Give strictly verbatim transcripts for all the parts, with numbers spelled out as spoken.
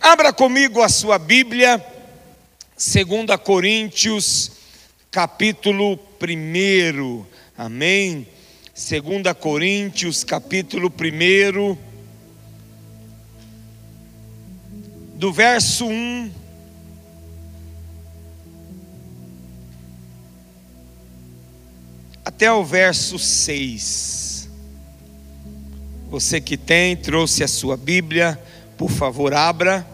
Abra comigo a sua Bíblia, segunda Coríntios, capítulo primeiro, amém? segunda Coríntios, capítulo primeiro, do verso um até o verso seis. Você que tem, trouxe a sua Bíblia, por favor, abra.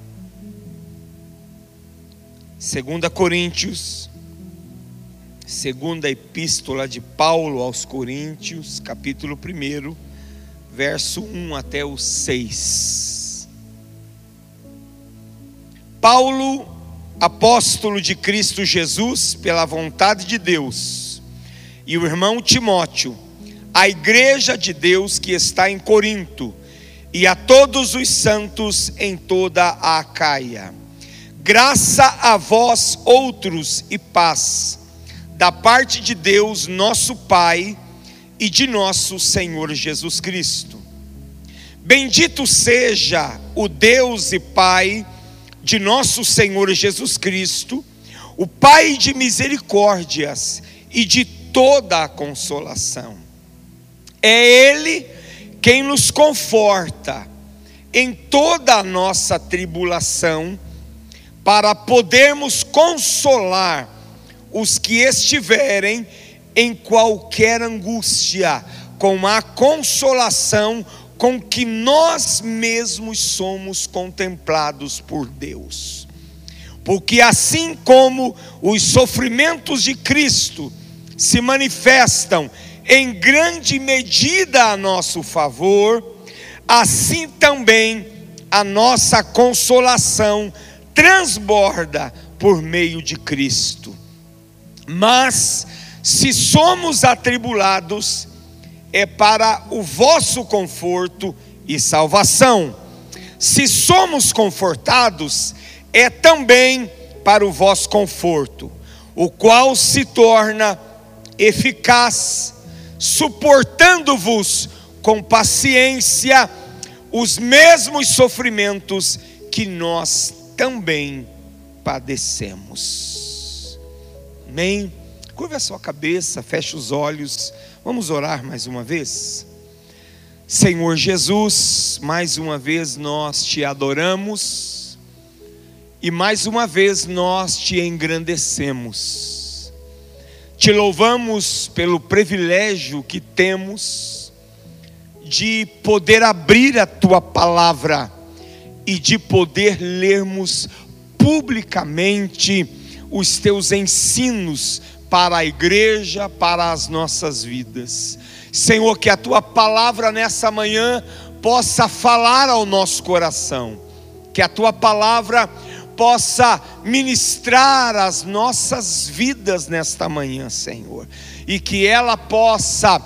segunda Coríntios, segunda epístola de Paulo aos Coríntios, capítulo primeiro, verso um até o seis. Paulo, apóstolo de Cristo Jesus, pela vontade de Deus, e o irmão Timóteo, a igreja de Deus que está em Corinto, e a todos os santos em toda a Acaia. Graça a vós outros e paz, da parte de Deus nosso Pai e de nosso Senhor Jesus Cristo. Bendito seja o Deus e Pai de nosso Senhor Jesus Cristo, o Pai de misericórdias e de toda a consolação. É Ele quem nos conforta em toda a nossa tribulação, para podermos consolar os que estiverem em qualquer angústia, com a consolação com que nós mesmos somos contemplados por Deus. Porque assim como os sofrimentos de Cristo se manifestam em grande medida a nosso favor, assim também a nossa consolação transborda por meio de Cristo. Mas se somos atribulados, é para o vosso conforto e salvação. Se somos confortados, é também para o vosso conforto, o qual se torna eficaz, suportando-vos com paciência os mesmos sofrimentos que nós também padecemos. Amém? Curva a sua cabeça, feche os olhos, vamos orar mais uma vez. Senhor Jesus, mais uma vez nós te adoramos e mais uma vez nós te engrandecemos. Te louvamos pelo privilégio que temos de poder abrir a tua palavra e de poder lermos publicamente os teus ensinos para a igreja, para as nossas vidas. Senhor, que a tua palavra nessa manhã possa falar ao nosso coração, que a tua palavra possa ministrar as nossas vidas nesta manhã, Senhor, e que ela possa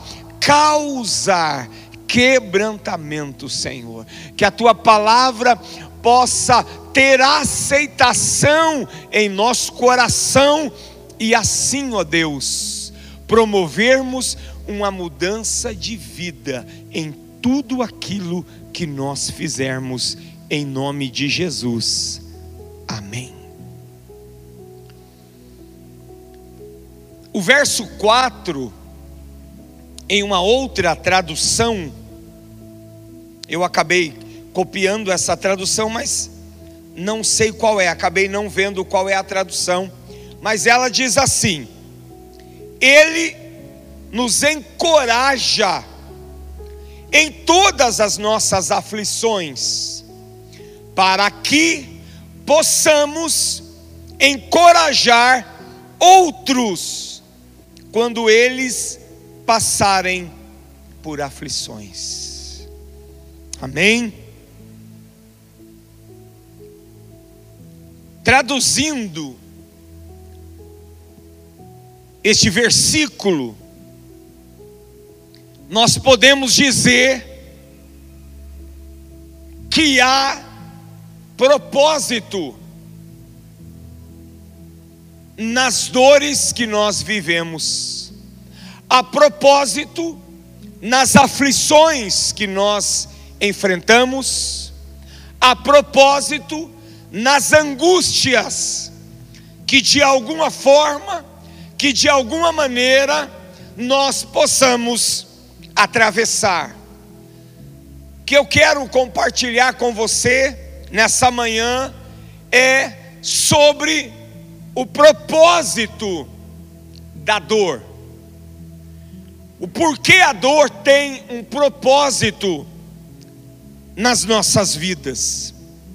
causar quebrantamento, Senhor, que a tua palavra possa ter aceitação em nosso coração e assim, ó Deus, promovermos uma mudança de vida em tudo aquilo que nós fizermos, em nome de Jesus, amém. O verso quatro, em uma outra tradução, eu acabei copiando essa tradução, mas não sei qual é, acabei não vendo qual é a tradução, mas ela diz assim: Ele nos encoraja em todas as nossas aflições, para que possamos encorajar outros quando eles passarem por aflições. Amém? Traduzindo este versículo, nós podemos dizer que há propósito nas dores que nós vivemos, há propósito nas aflições que nós enfrentamos, a propósito nas angústias que de alguma forma, que de alguma maneira nós possamos atravessar. Que eu quero compartilhar com você nessa manhã é sobre o propósito da dor. O porquê a dor tem um propósito nas nossas vidas.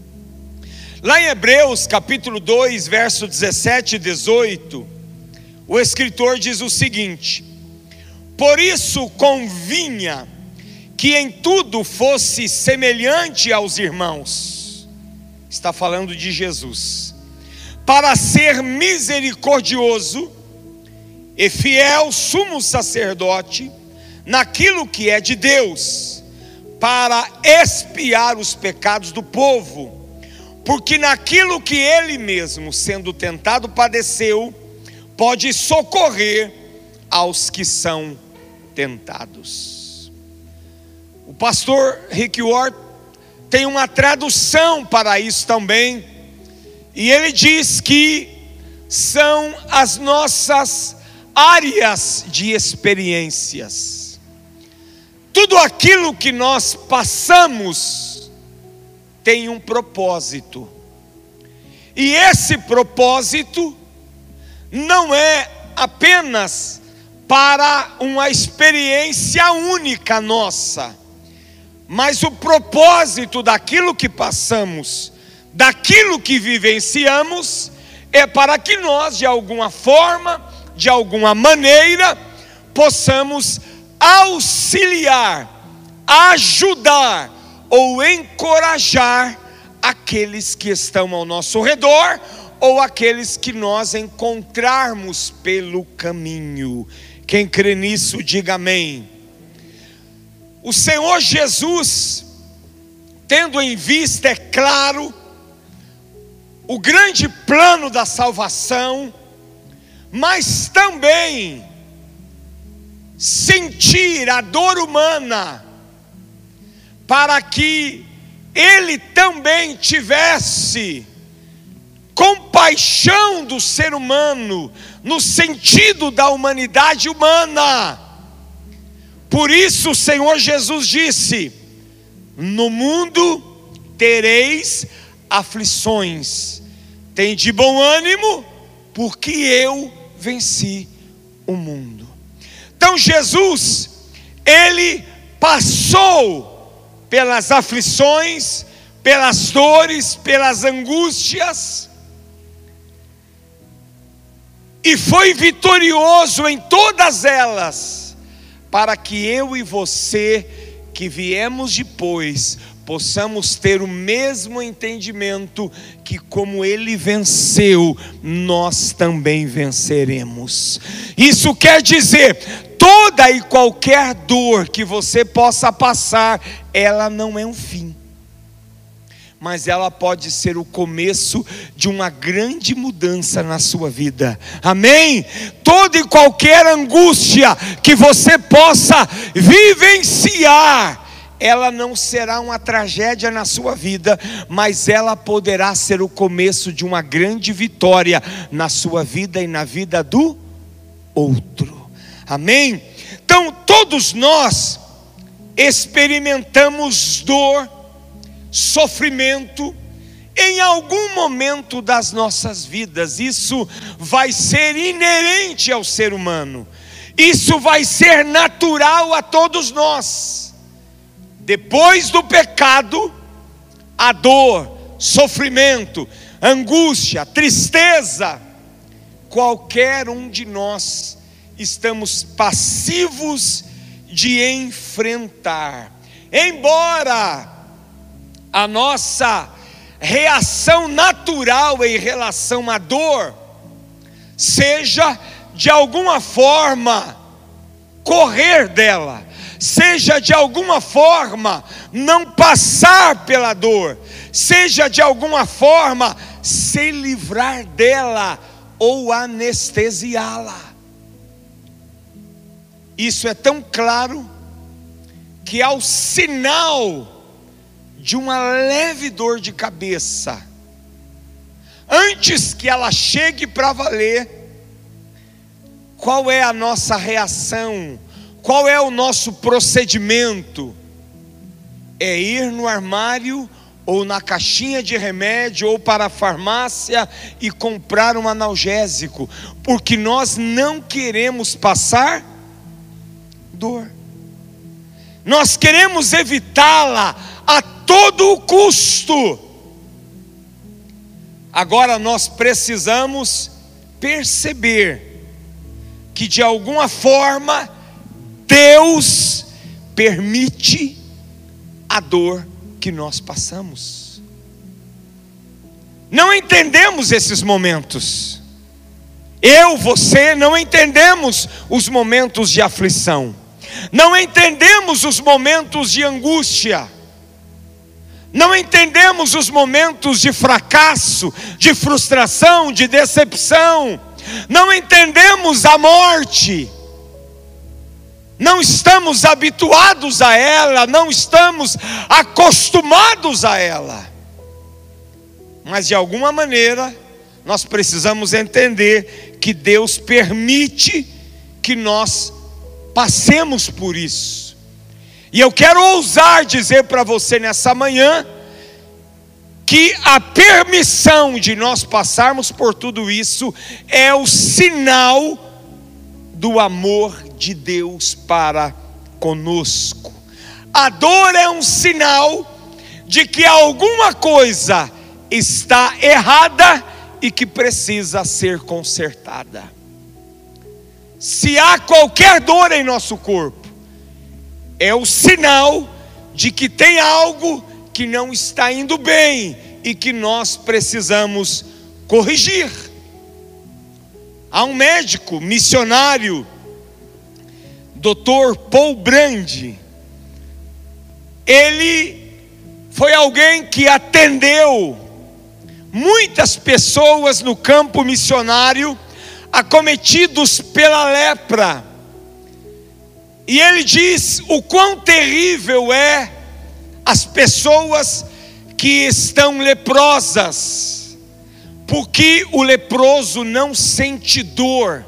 Lá em Hebreus capítulo dois, verso dezessete e dezoito, o escritor diz o seguinte: por isso convinha que em tudo fosse semelhante aos irmãos. Está falando de Jesus. Para ser misericordioso e fiel sumo sacerdote naquilo que é de Deus, para expiar os pecados do povo, porque naquilo que ele mesmo, sendo tentado, padeceu, pode socorrer aos que são tentados. O pastor Rick Ward tem uma tradução para isso também, e ele diz que são as nossas áreas de experiências. Tudo aquilo que nós passamos tem um propósito, e esse propósito não é apenas para uma experiência única nossa, mas o propósito daquilo que passamos, daquilo que vivenciamos, é para que nós, de alguma forma, de alguma maneira, possamos auxiliar, ajudar ou encorajar aqueles que estão ao nosso redor, ou aqueles que nós encontrarmos pelo caminho. Quem crê nisso, diga amém. O Senhor Jesus, tendo em vista, é claro, o grande plano da salvação, mas também sentir a dor humana, para que ele também tivesse compaixão do ser humano, no sentido da humanidade humana. Por isso o Senhor Jesus disse: no mundo tereis aflições, tende bom ânimo, porque eu venci o mundo. Então Jesus, ele passou pelas aflições, pelas dores, pelas angústias, e foi vitorioso em todas elas, para que eu e você, que viemos depois, possamos ter o mesmo entendimento, que como ele venceu, nós também venceremos. Isso quer dizer, toda e qualquer dor que você possa passar, ela não é um fim, mas ela pode ser o começo de uma grande mudança na sua vida. Amém? Toda e qualquer angústia que você possa vivenciar, ela não será uma tragédia na sua vida, mas ela poderá ser o começo de uma grande vitória na sua vida e na vida do outro. Amém? Então todos nós experimentamos dor, sofrimento em algum momento das nossas vidas. Isso vai ser inerente ao ser humano, isso vai ser natural a todos nós. Depois do pecado, a dor, sofrimento, angústia, tristeza, qualquer um de nós estamos passivos de enfrentar. Embora a nossa reação natural em relação à dor seja de alguma forma correr dela, seja de alguma forma não passar pela dor, seja de alguma forma se livrar dela ou anestesiá-la. Isso é tão claro que ao sinal de uma leve dor de cabeça, antes que ela chegue para valer, qual é a nossa reação? Qual é o nosso procedimento? É ir no armário, ou na caixinha de remédio, ou para a farmácia e comprar um analgésico, porque nós não queremos passar dor, nós queremos evitá-la a todo custo. Agora nós precisamos perceber que de alguma forma Deus permite a dor que nós passamos. Não entendemos esses momentos. Eu, você, não entendemos os momentos de aflição. Não entendemos os momentos de angústia. Não entendemos os momentos de fracasso, de frustração, de decepção. Não entendemos a morte. Não estamos habituados a ela, não estamos acostumados a ela. Mas de alguma maneira, nós precisamos entender que Deus permite que nós passemos por isso. E eu quero ousar dizer para você nessa manhã, que a permissão de nós passarmos por tudo isso é o sinal do amor de Deus para conosco. A dor é um sinal de que alguma coisa está errada e que precisa ser consertada. Se há qualquer dor em nosso corpo, é o sinal de que tem algo que não está indo bem e que nós precisamos corrigir. Há um médico missionário, doutor Paul Brand. Ele foi alguém que atendeu muitas pessoas no campo missionário acometidos pela lepra. E ele diz o quão terrível é as pessoas que estão leprosas, porque o leproso não sente dor.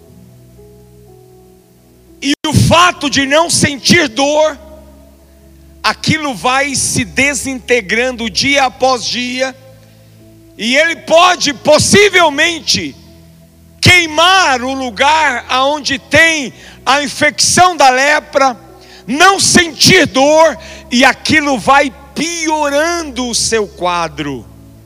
E o fato de não sentir dor, aquilo vai se desintegrando dia após dia, e ele pode possivelmente queimar o lugar aonde tem a infecção da lepra, não sentir dor, e aquilo vai piorando o seu quadro.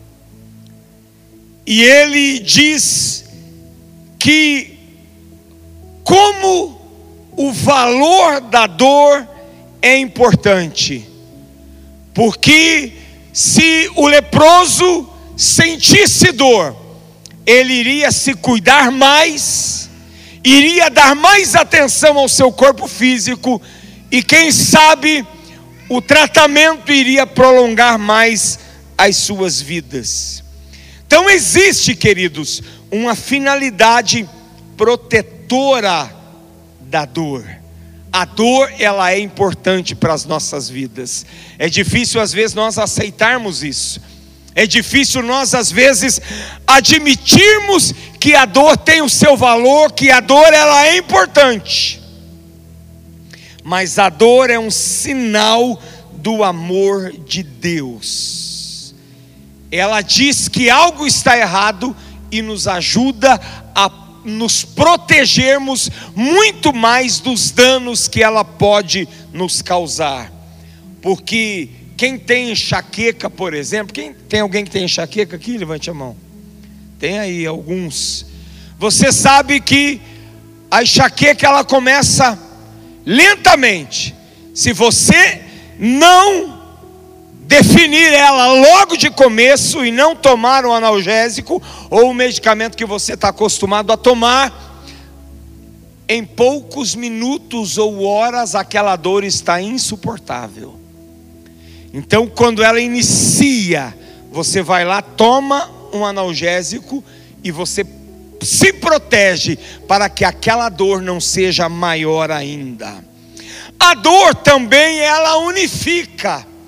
E ele diz que como o valor da dor é importante, porque se o leproso sentisse dor, ele iria se cuidar mais, iria dar mais atenção ao seu corpo físico, e quem sabe o tratamento iria prolongar mais as suas vidas. Então existe, queridos, uma finalidade protetora da dor. A dor, ela é importante para as nossas vidas. É difícil às vezes nós aceitarmos isso. É difícil nós às vezes admitirmos que a dor tem o seu valor, que a dor ela é importante. Mas a dor é um sinal do amor de Deus. Ela diz que algo está errado e nos ajuda a nos protegermos muito mais dos danos que ela pode nos causar. Porque quem tem enxaqueca, por exemplo, quem tem alguém que tem enxaqueca aqui? Levante a mão. Tem aí alguns. Você sabe que a enxaqueca ela começa lentamente. Se você não definir ela logo de começo e não tomar um analgésico ou um medicamento que você está acostumado a tomar, em poucos minutos ou horas aquela dor está insuportável. Então quando ela inicia, você vai lá, toma um analgésico e você se protege para que aquela dor não seja maior ainda. A dor também ela unifica.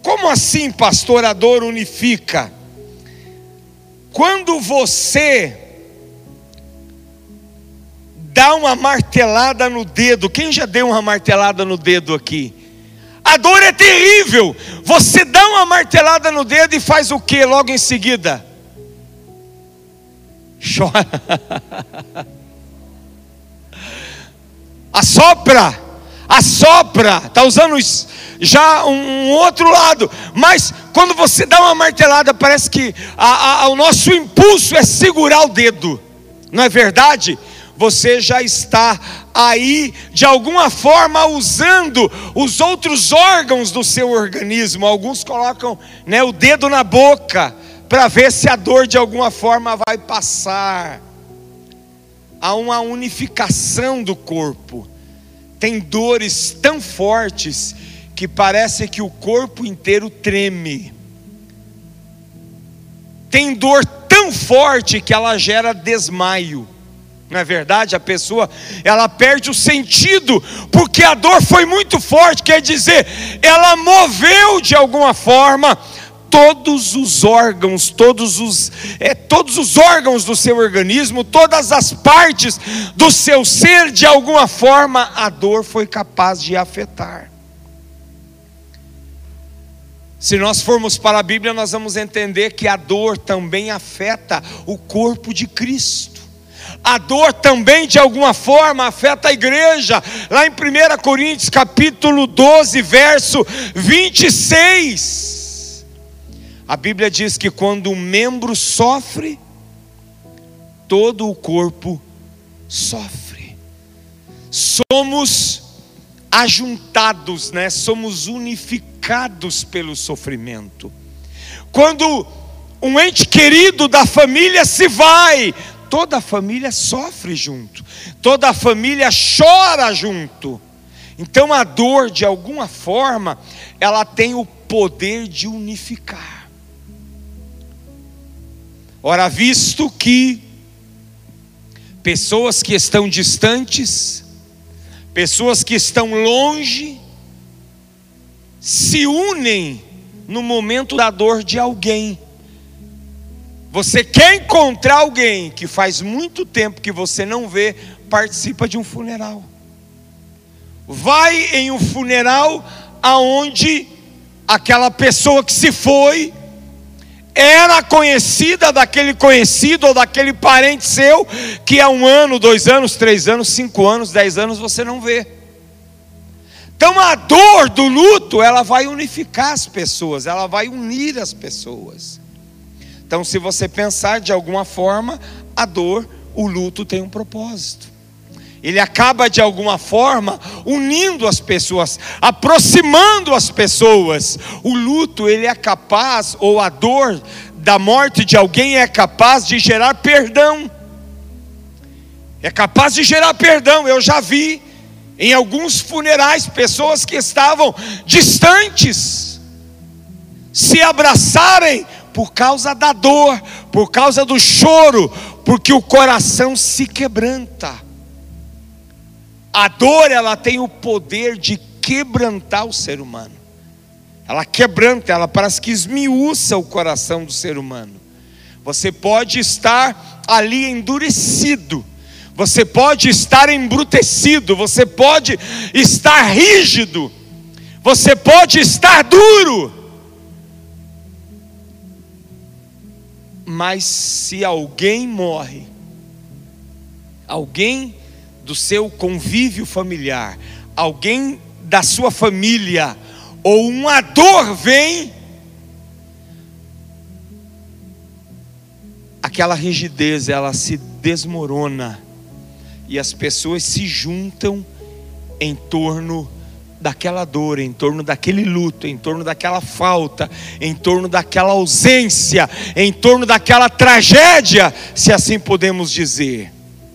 Como assim, pastor, a dor unifica? Quando você dá uma martelada no dedo, quem já deu uma martelada no dedo aqui? A dor é terrível. Você dá uma martelada no dedo e faz o que logo em seguida? Chora. Assopra. Assopra. Está usando já um, um outro lado. Mas quando você dá uma martelada, parece que a, a, o nosso impulso é segurar o dedo. Não é verdade? Você já está aí, de alguma forma, usando os outros órgãos do seu organismo. Alguns colocam, né, o dedo na boca, para ver se a dor de alguma forma vai passar. Há uma unificação do corpo. Tem dores tão fortes, que parece que o corpo inteiro treme. Tem dor tão forte, que ela gera desmaio. Não é verdade? A pessoa, ela perde o sentido, porque a dor foi muito forte. Quer dizer, ela moveu de alguma forma todos os órgãos, todos os, é, todos os órgãos do seu organismo, todas as partes do seu ser. De alguma forma a dor foi capaz de afetar. Se nós formos para a Bíblia, nós vamos entender que a dor também afeta o corpo de Cristo. A dor também de alguma forma afeta a igreja. Lá em primeira Coríntios capítulo doze, verso vinte e seis, a Bíblia diz que quando um membro sofre, todo o corpo sofre. Somos ajuntados, né? Somos unificados pelo sofrimento. Quando um ente querido da família se vai, toda a família sofre junto, toda a família chora junto. Então a dor, de alguma forma, ela tem o poder de unificar. Ora, visto que pessoas que estão distantes, pessoas que estão longe, se unem no momento da dor de alguém. Você quer encontrar alguém que faz muito tempo que você não vê, participa de um funeral. Vai em um funeral aonde aquela pessoa que se foi era conhecida daquele conhecido ou daquele parente seu, que há um ano, dois anos, três anos, cinco anos, dez anos você não vê. Então a dor do luto, ela vai unificar as pessoas, ela vai unir as pessoas. Então, se você pensar de alguma forma, a dor, o luto tem um propósito. Ele acaba de alguma forma unindo as pessoas, aproximando as pessoas. O luto, ele é capaz, ou a dor da morte de alguém é capaz de gerar perdão. É capaz de gerar perdão. Eu já vi em alguns funerais pessoas que estavam distantes se abraçarem por causa da dor, por causa do choro, porque o coração se quebranta. A dor, ela tem o poder de quebrantar o ser humano. Ela quebranta, ela parece que esmiuça o coração do ser humano. Você pode estar ali endurecido, você pode estar embrutecido, você pode estar rígido, você pode estar duro. Mas se alguém morre, alguém do seu convívio familiar, alguém da sua família, ou uma dor vem, aquela rigidez, ela se desmorona, e as pessoas se juntam em torno daquela dor, em torno daquele luto, em torno daquela falta, em torno daquela ausência, em torno daquela tragédia, se assim podemos dizer.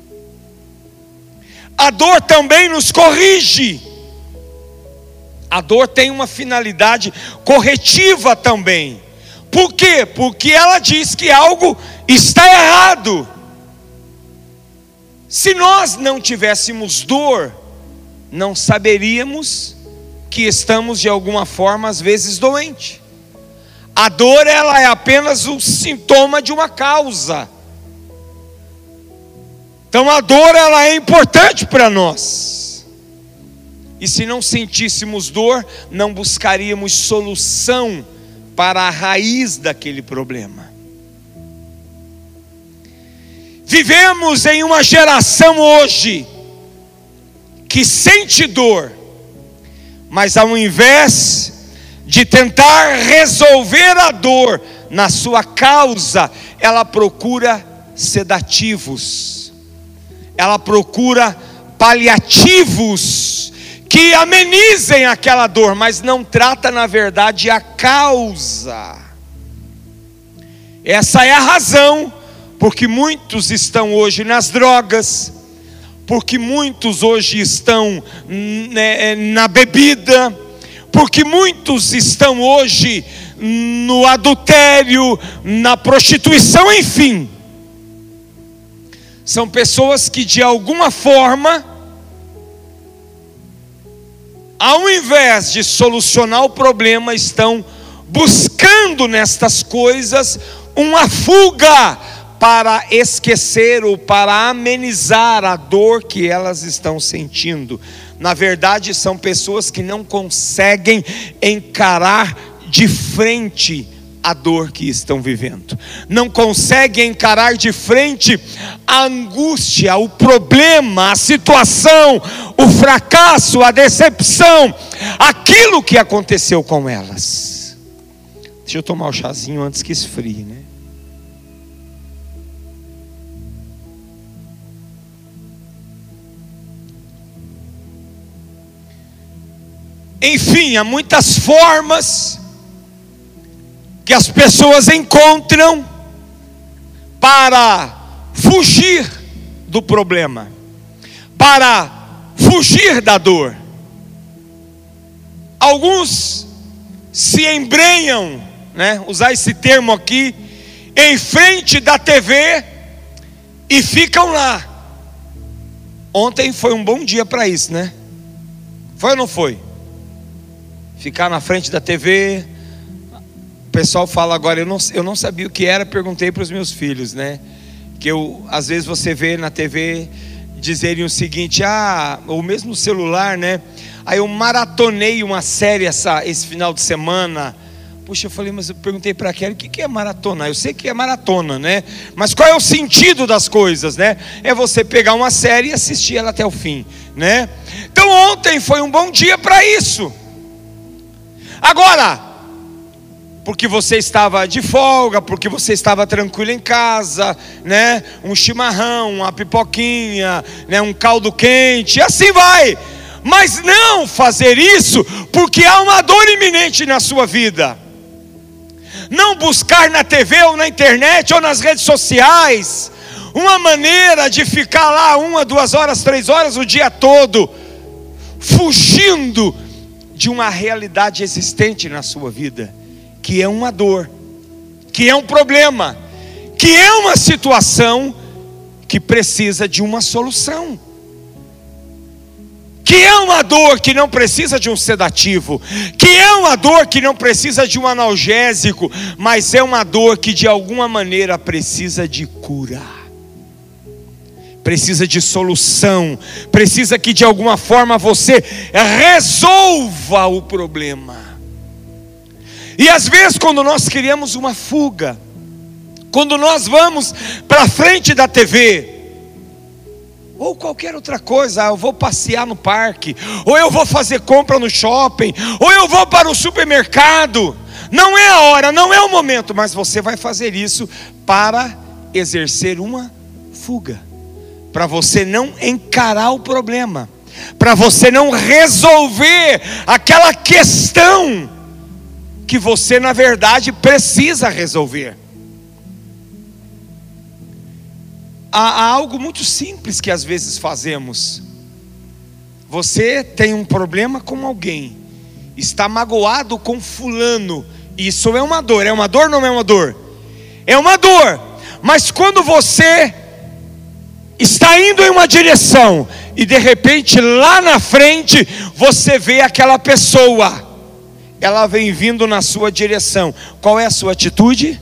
A dor também nos corrige. A dor tem uma finalidade corretiva também. Por quê? Porque ela diz que algo está errado. Se nós não tivéssemos dor, não saberíamos que estamos de alguma forma às vezes doentes. A dor, ela é apenas o sintoma de uma causa. Então a dor, ela é importante para nós. E se não sentíssemos dor, não buscaríamos solução para a raiz daquele problema. Vivemos em uma geração hoje que sente dor, mas ao invés de tentar resolver a dor na sua causa, ela procura sedativos, ela procura paliativos que amenizem aquela dor, mas não trata na verdade a causa. Essa é a razão porque muitos estão hoje nas drogas, porque muitos hoje estão né, na bebida, porque muitos estão hoje no adultério, na prostituição, enfim. São pessoas que de alguma forma, ao invés de solucionar o problema, estão buscando nestas coisas uma fuga para esquecer ou para amenizar a dor que elas estão sentindo. Na verdade, são pessoas que não conseguem encarar de frente a dor que estão vivendo, não conseguem encarar de frente a angústia, o problema, a situação, o fracasso, a decepção, aquilo que aconteceu com elas. Deixa eu tomar o chazinho antes que esfrie, né? Enfim, há muitas formas que as pessoas encontram para fugir do problema, para fugir da dor. Alguns se embrenham, né, usar esse termo aqui, em frente da T V e ficam lá. Ontem foi um bom dia para isso, né? Foi ou não foi? Ficar na frente da T V. O pessoal fala agora, eu não, eu não sabia o que era, perguntei para os meus filhos, né? Que eu, às vezes você vê na T V dizerem o seguinte, ah, ou mesmo no celular, né? Aí eu maratonei uma série essa, esse final de semana. Puxa, eu falei, mas eu perguntei para a Kelly, o que, que é maratona? Eu sei que é maratona, né? Mas qual é o sentido das coisas, né? É você pegar uma série e assistir ela até o fim, né? Então ontem foi um bom dia para isso. Agora, porque você estava de folga, porque você estava tranquilo em casa, né? Um chimarrão, uma pipoquinha, né? Um caldo quente, e assim vai. Mas não fazer isso porque há uma dor iminente na sua vida. Não buscar na T V ou na internet ou nas redes sociais uma maneira de ficar lá uma, duas horas, três horas o dia todo, fugindo de uma realidade existente na sua vida, que é uma dor, que é um problema, que é uma situação que precisa de uma solução, que é uma dor que não precisa de um sedativo, que é uma dor que não precisa de um analgésico, mas é uma dor que de alguma maneira precisa de cura, precisa de solução, precisa que de alguma forma você resolva o problema. E às vezes quando nós queremos uma fuga, quando nós vamos para frente da T V, ou qualquer outra coisa, eu vou passear no parque, ou eu vou fazer compra no shopping, ou eu vou para o supermercado, não é a hora, não é o momento, mas você vai fazer isso para exercer uma fuga, para você não encarar o problema, para você não resolver aquela questão que você na verdade precisa resolver. Há, há algo muito simples que às vezes fazemos. Você tem um problema com alguém, está magoado com fulano, isso é uma dor, é uma dor ou não é uma dor? É uma dor, mas quando você está indo em uma direção e de repente lá na frente você vê aquela pessoa ela vem vindo na sua direção. Qual é a sua atitude?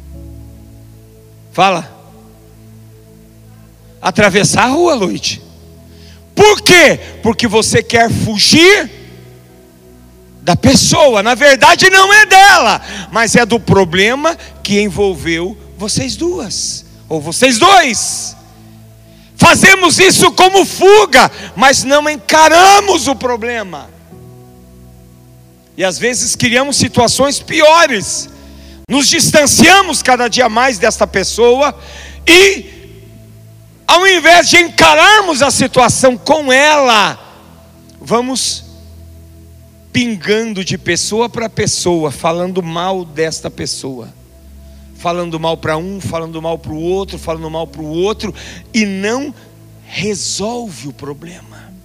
Fala. Atravessar a rua, Luiz. Por quê? Porque você quer fugir da pessoa. Na verdade não é dela, mas é do problema que envolveu vocês duas, ou vocês dois. Fazemos isso como fuga, mas não encaramos o problema. E às vezes criamos situações piores. Nos distanciamos cada dia mais desta pessoa e, ao invés de encararmos a situação com ela, vamos pingando de pessoa para pessoa, falando mal desta pessoa, falando mal para um, falando mal para o outro, falando mal para o outro, e não resolve o problema.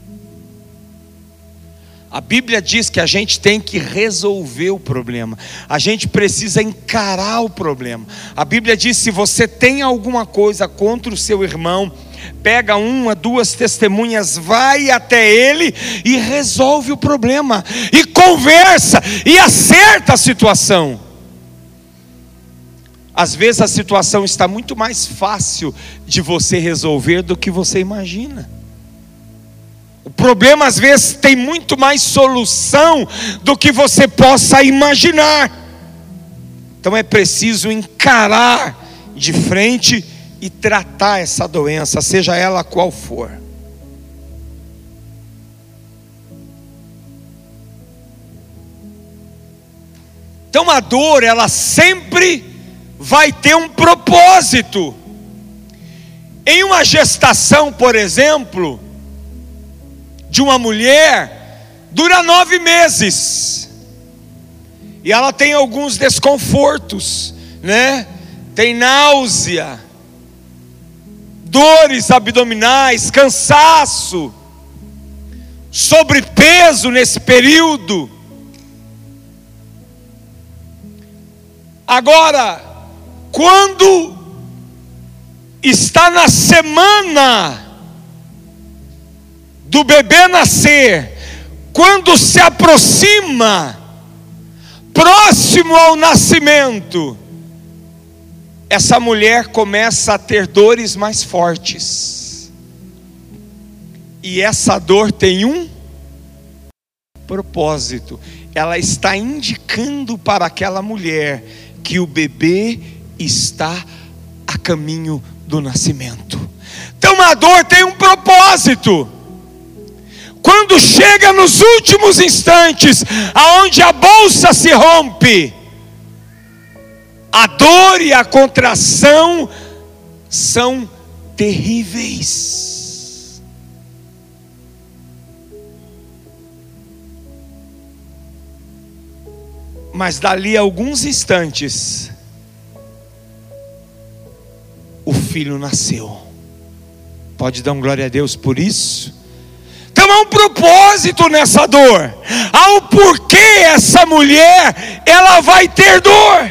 A Bíblia diz que a gente tem que resolver o problema. A gente precisa encarar o problema. A Bíblia diz: se você tem alguma coisa contra o seu irmão, pega uma, duas testemunhas, vai até ele e resolve o problema, e conversa, e acerta a situação. Às vezes a situação está muito mais fácil de você resolver do que você imagina. O problema às vezes tem muito mais solução do que você possa imaginar. Então é preciso encarar de frente e tratar essa doença, seja ela qual for. Então a dor, ela sempre vai ter um propósito. Em uma gestação, por exemplo, de uma mulher, dura nove meses, e ela tem alguns desconfortos, né? Tem náusea, dores abdominais, cansaço, sobrepeso nesse período. Agora, quando está na semana do bebê nascer, quando se aproxima, próximo ao nascimento, essa mulher começa a ter dores mais fortes, e essa dor tem um propósito. Ela está indicando para aquela mulher que o bebê está a caminho do nascimento. Então a dor tem um propósito. Quando chega nos últimos instantes, aonde a bolsa se rompe, a dor e a contração são terríveis. Mas dali a alguns instantes, o filho nasceu. Pode dar um glória a Deus por isso? Então há um propósito nessa dor. Há um porquê essa mulher, ela vai ter dor.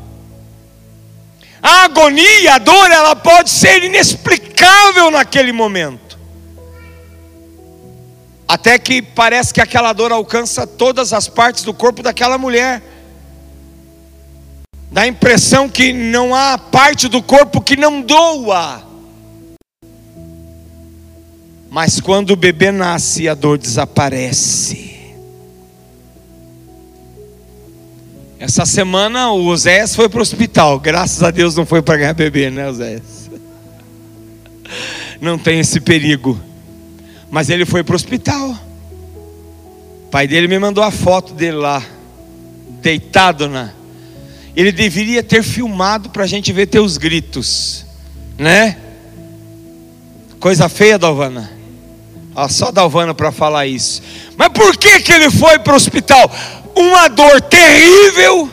A agonia, a dor, ela pode ser inexplicável naquele momento. Até que parece que aquela dor alcança todas as partes do corpo daquela mulher. Dá a impressão que não há parte do corpo que não doa. Mas quando o bebê nasce, a dor desaparece. Essa semana o Oséias foi para o hospital. Graças a Deus não foi para ganhar bebê, né, Oséias? Não tem esse perigo. Mas ele foi para o hospital. O pai dele me mandou a foto dele lá, deitado na... Ele deveria ter filmado para a gente ver teus gritos, né? Coisa feia, Dalvana. Ó, só Dalvana para falar isso. Mas por que que ele foi para o hospital? Uma dor terrível,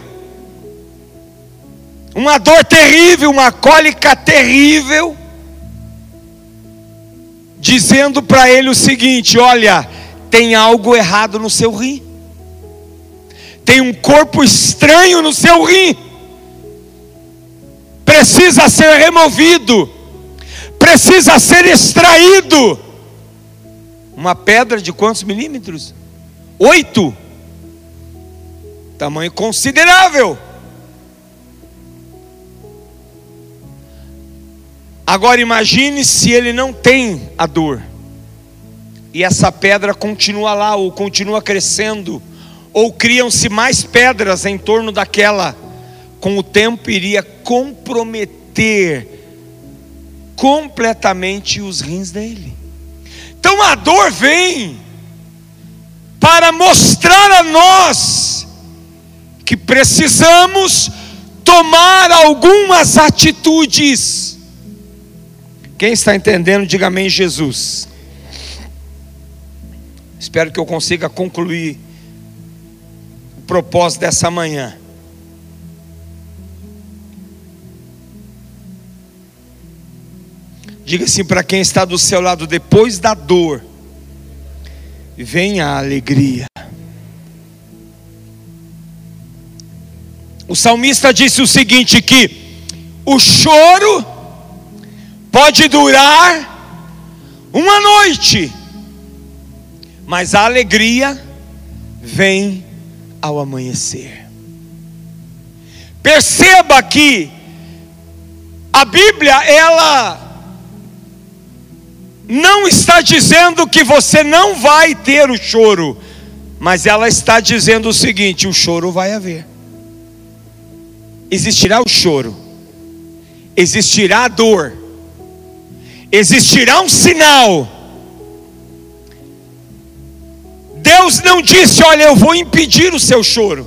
uma dor terrível, uma cólica terrível, dizendo para ele o seguinte: olha, tem algo errado no seu rim, tem um corpo estranho no seu rim, precisa ser removido, precisa ser extraído. Uma pedra de quantos milímetros? Oito. tamanho considerável. Agora imagine se ele não tem a dor, e essa pedra continua lá, ou continua crescendo, ou criam-se mais pedras em torno daquela. Com o tempo iria comprometer completamente os rins dele. Então a dor vem para mostrar a nós que precisamos tomar algumas atitudes. Quem está entendendo, diga amém, Jesus. Espero que eu consiga concluir o propósito dessa manhã. Diga assim para quem está do seu lado: depois da dor vem a alegria. O salmista disse o seguinte, que o choro pode durar uma noite, mas a alegria vem ao amanhecer. Perceba que a Bíblia, ela não está dizendo que você não vai ter o choro, mas ela está dizendo o seguinte: o choro vai haver. Existirá o choro, existirá a dor, existirá um sinal. Deus não disse: olha, eu vou impedir o seu choro.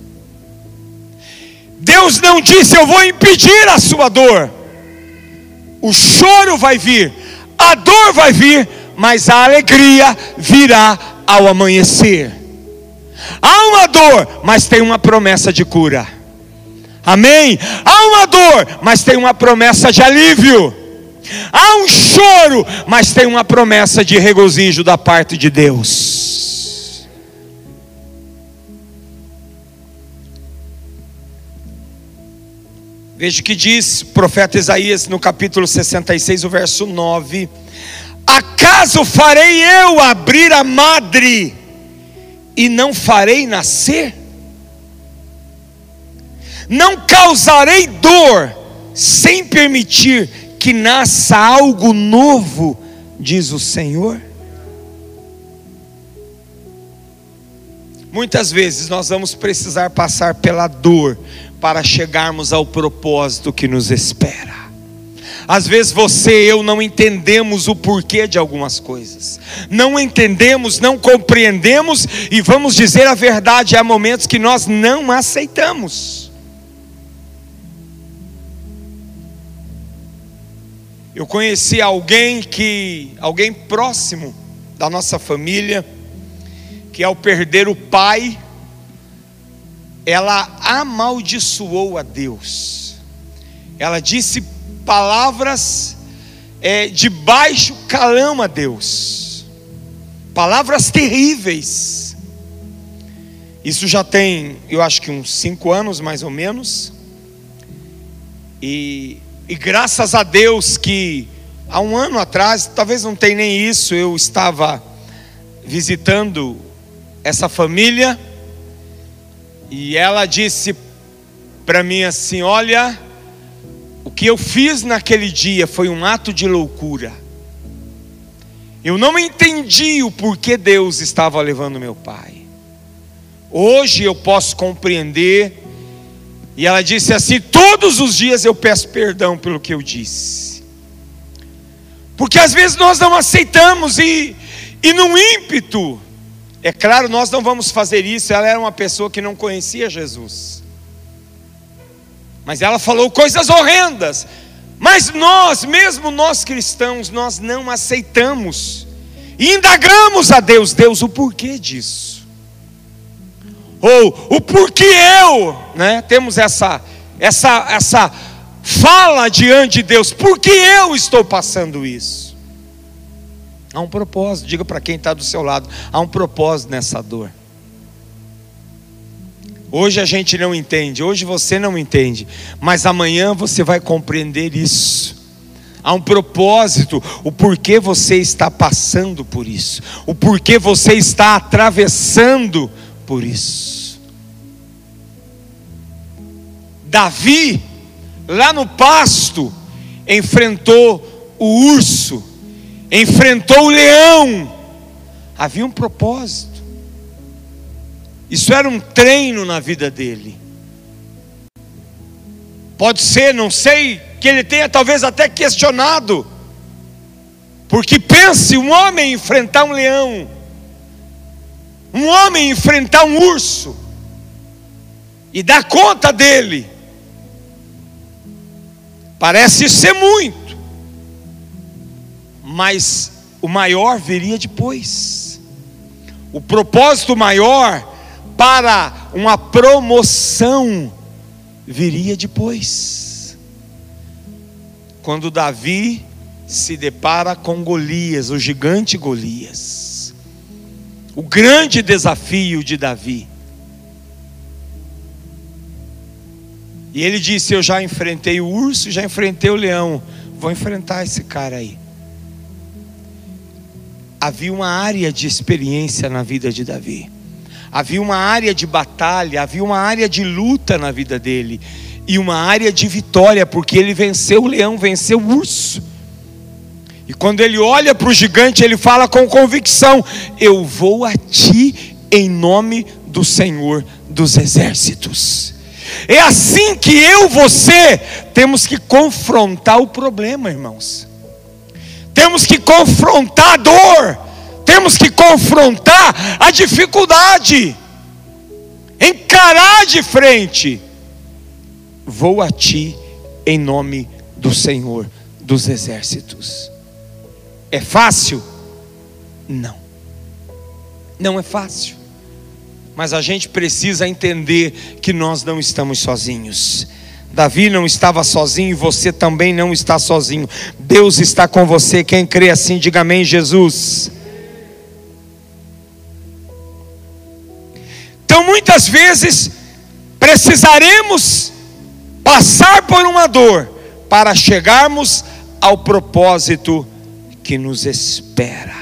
Deus não disse: eu vou impedir a sua dor. O choro vai vir, a dor vai vir, mas a alegria virá ao amanhecer. Há uma dor, mas tem uma promessa de cura. Amém? Há uma dor, mas tem uma promessa de alívio. Há um choro, mas tem uma promessa de regozijo da parte de Deus. Veja o que diz o profeta Isaías no capítulo sessenta e seis, o verso nove: acaso farei eu abrir a madre e não farei nascer? Não causarei dor sem permitir que nasça algo novo, diz o Senhor. Muitas vezes nós vamos precisar passar pela dor para chegarmos ao propósito que nos espera. Às vezes você e eu não entendemos o porquê de algumas coisas, não entendemos, não compreendemos, e vamos dizer a verdade, há momentos que nós não aceitamos. Eu conheci alguém que, alguém próximo da nossa família, que ao perder o pai, ela amaldiçoou a Deus. Ela disse palavras é, de baixo calão a Deus, palavras terríveis. Isso já tem, eu acho que uns cinco anos mais ou menos. E E graças a Deus que há um ano atrás, talvez não tenha nem isso, eu estava visitando essa família, e ela disse para mim assim: olha, o que eu fiz naquele dia foi um ato de loucura. Eu não entendi o porquê Deus estava levando meu pai. Hoje eu posso compreender. E ela disse assim: todos os dias eu peço perdão pelo que eu disse, porque às vezes nós não aceitamos, e, e num ímpeto, é claro, nós não vamos fazer isso. Ela era uma pessoa que não conhecia Jesus, mas ela falou coisas horrendas, mas nós, mesmo nós cristãos, nós não aceitamos, e indagamos a Deus: Deus, o porquê disso? Ou o porquê eu, né? Temos essa, essa, essa fala diante de Deus: por que eu estou passando isso? Há um propósito. Diga para quem está do seu lado: há um propósito nessa dor. Hoje a gente não entende, hoje você não entende, mas amanhã você vai compreender isso. Há um propósito, o porquê você está passando por isso, o porquê você está atravessando por isso. Davi, lá no pasto, enfrentou o urso, enfrentou o leão. Havia um propósito. Isso era um treino na vida dele. Pode ser, não sei, que ele tenha talvez até questionado, porque pense, um homem enfrentar um leão, um homem enfrentar um urso e dar conta dele, parece ser muito, mas o maior viria depois. O propósito maior para uma promoção viria depois. Quando Davi se depara com Golias, o gigante Golias, o grande desafio de Davi. E ele disse: eu já enfrentei o urso, já enfrentei o leão, vou enfrentar esse cara aí. Havia uma área de experiência na vida de Davi, havia uma área de batalha, havia uma área de luta na vida dele, e uma área de vitória, porque ele venceu o leão, venceu o urso. E quando ele olha para o gigante, ele fala com convicção: eu vou a ti em nome do Senhor dos Exércitos. É assim que eu, você, temos que confrontar o problema, irmãos. Temos que confrontar a dor, temos que confrontar a dificuldade, encarar de frente. Vou a ti em nome do Senhor dos Exércitos. É fácil? Não, não é fácil, mas a gente precisa entender que nós não estamos sozinhos. Davi não estava sozinho e você também não está sozinho. Deus está com você. Quem crê assim, diga amém, Jesus. Então muitas vezes precisaremos passar por uma dor para chegarmos ao propósito que nos espera.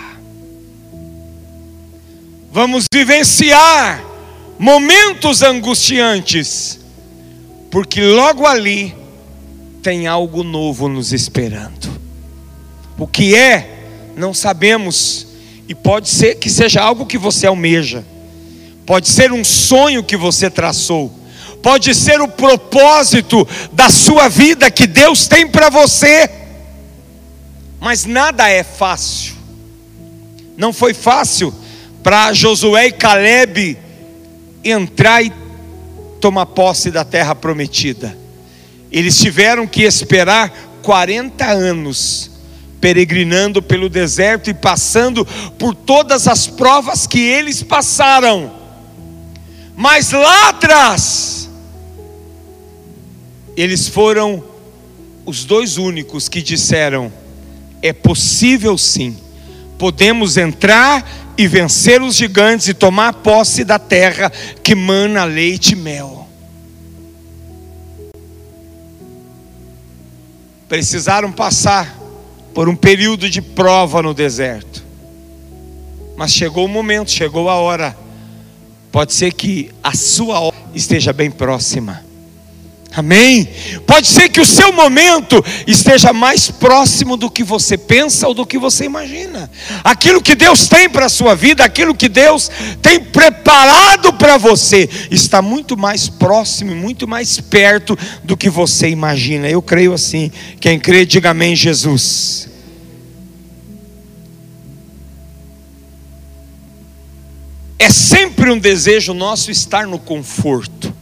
Vamos vivenciar momentos angustiantes, porque logo ali tem algo novo nos esperando. O que é, não sabemos, e pode ser que seja algo que você almeja, pode ser um sonho que você traçou, pode ser o propósito da sua vida que Deus tem para você. Mas nada é fácil. Não foi fácil para Josué e Caleb entrar e tomar posse da terra prometida. Eles tiveram que esperar quarenta anos, peregrinando pelo deserto e passando por todas as provas que eles passaram. Mas lá atrás, eles foram os dois únicos que disseram: é possível sim, podemos entrar e vencer os gigantes e tomar posse da terra que mana leite e mel. Precisaram passar por um período de prova no deserto, mas chegou o momento, chegou a hora. Pode ser que a sua hora esteja bem próxima. Amém? Pode ser que o seu momento esteja mais próximo do que você pensa ou do que você imagina. Aquilo que Deus tem para a sua vida, aquilo que Deus tem preparado para você, está muito mais próximo, muito mais perto do que você imagina. Eu creio assim. Quem crê, diga amém, Jesus. É sempre um desejo nosso estar no conforto.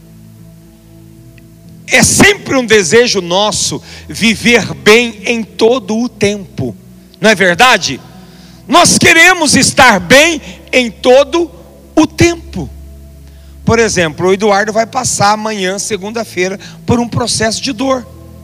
É sempre um desejo nosso viver bem em todo o tempo, não é verdade? Nós queremos estar bem em todo o tempo. Por exemplo, o Eduardo vai passar amanhã, segunda-feira, por um processo de dor.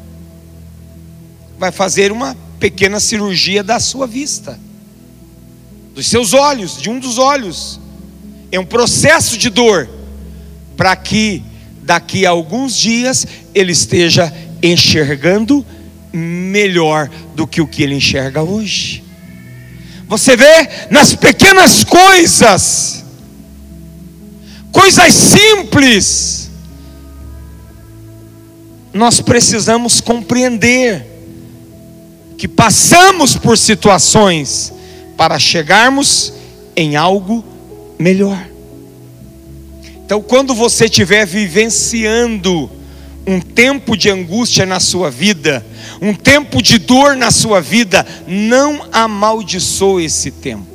Vai fazer uma pequena cirurgia da sua vista, dos seus olhos, de um dos olhos. É um processo de dor, para que daqui a alguns dias ele esteja enxergando melhor do que o que ele enxerga hoje. Você vê nas pequenas coisas, coisas simples, nós precisamos compreender que passamos por situações para chegarmos em algo melhor. Então, quando você estiver vivenciando um tempo de angústia na sua vida, um tempo de dor na sua vida, não amaldiçoe esse tempo.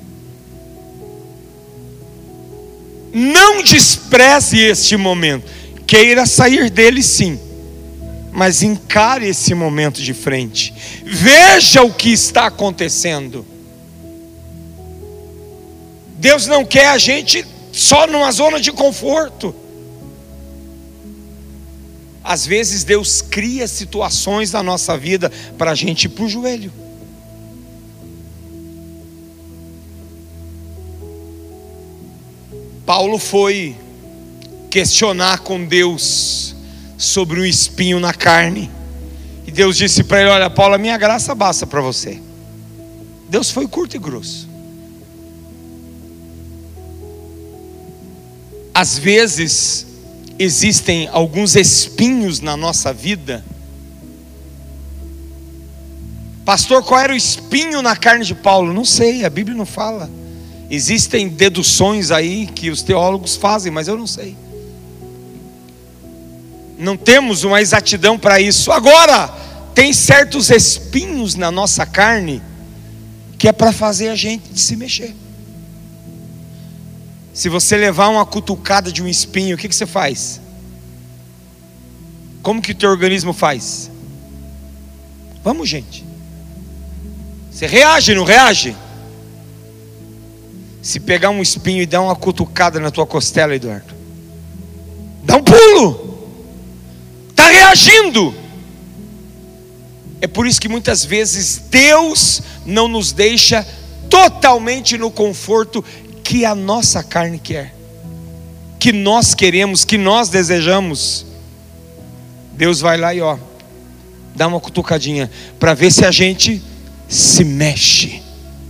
Não despreze este momento. Queira sair dele, sim, mas encare esse momento de frente. Veja o que está acontecendo. Deus não quer a gente só numa zona de conforto. Às vezes Deus cria situações na nossa vida para a gente ir para o joelho. Paulo foi questionar com Deus sobre um espinho na carne, e Deus disse para ele: olha, Paulo, a minha graça basta para você. Deus foi curto e grosso. Às vezes existem alguns espinhos na nossa vida. Pastor, qual era o espinho na carne de Paulo? Não sei, a Bíblia não fala. Existem deduções aí que os teólogos fazem, mas eu não sei. Não temos uma exatidão para isso. Agora, tem certos espinhos na nossa carne que é para fazer a gente se mexer. Se você levar uma cutucada de um espinho, o que, que você faz? Como que o teu organismo faz? Vamos, gente. Você reage, não reage? Se pegar um espinho e dar uma cutucada na tua costela, Eduardo, dá um pulo. Está reagindo. É por isso que muitas vezes Deus não nos deixa totalmente no conforto que a nossa carne quer, que nós queremos, que nós desejamos. Deus vai lá e ó, dá uma cutucadinha para ver se a gente se mexe.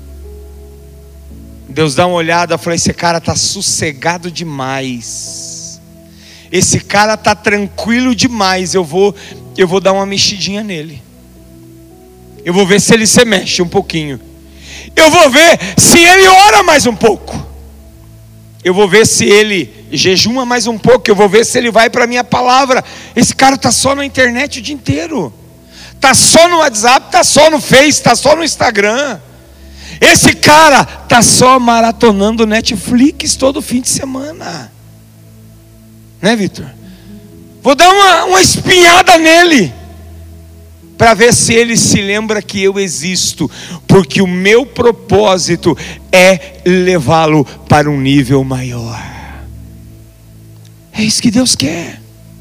Deus dá uma olhada, fala: esse cara está sossegado demais, esse cara está tranquilo demais, eu vou, eu vou dar uma mexidinha nele, eu vou ver se ele se mexe um pouquinho, eu vou ver se ele ora mais um pouco, eu vou ver se ele jejuma mais um pouco, eu vou ver se ele vai para a minha palavra. Esse cara está só na internet o dia inteiro, está só no WhatsApp, está só no Face, está só no Instagram. Esse cara está só maratonando Netflix todo fim de semana, né, Vitor? Vou dar uma, uma espinhada nele, para ver se ele se lembra que eu existo, porque o meu propósito é levá-lo para um nível maior. É isso que Deus quer.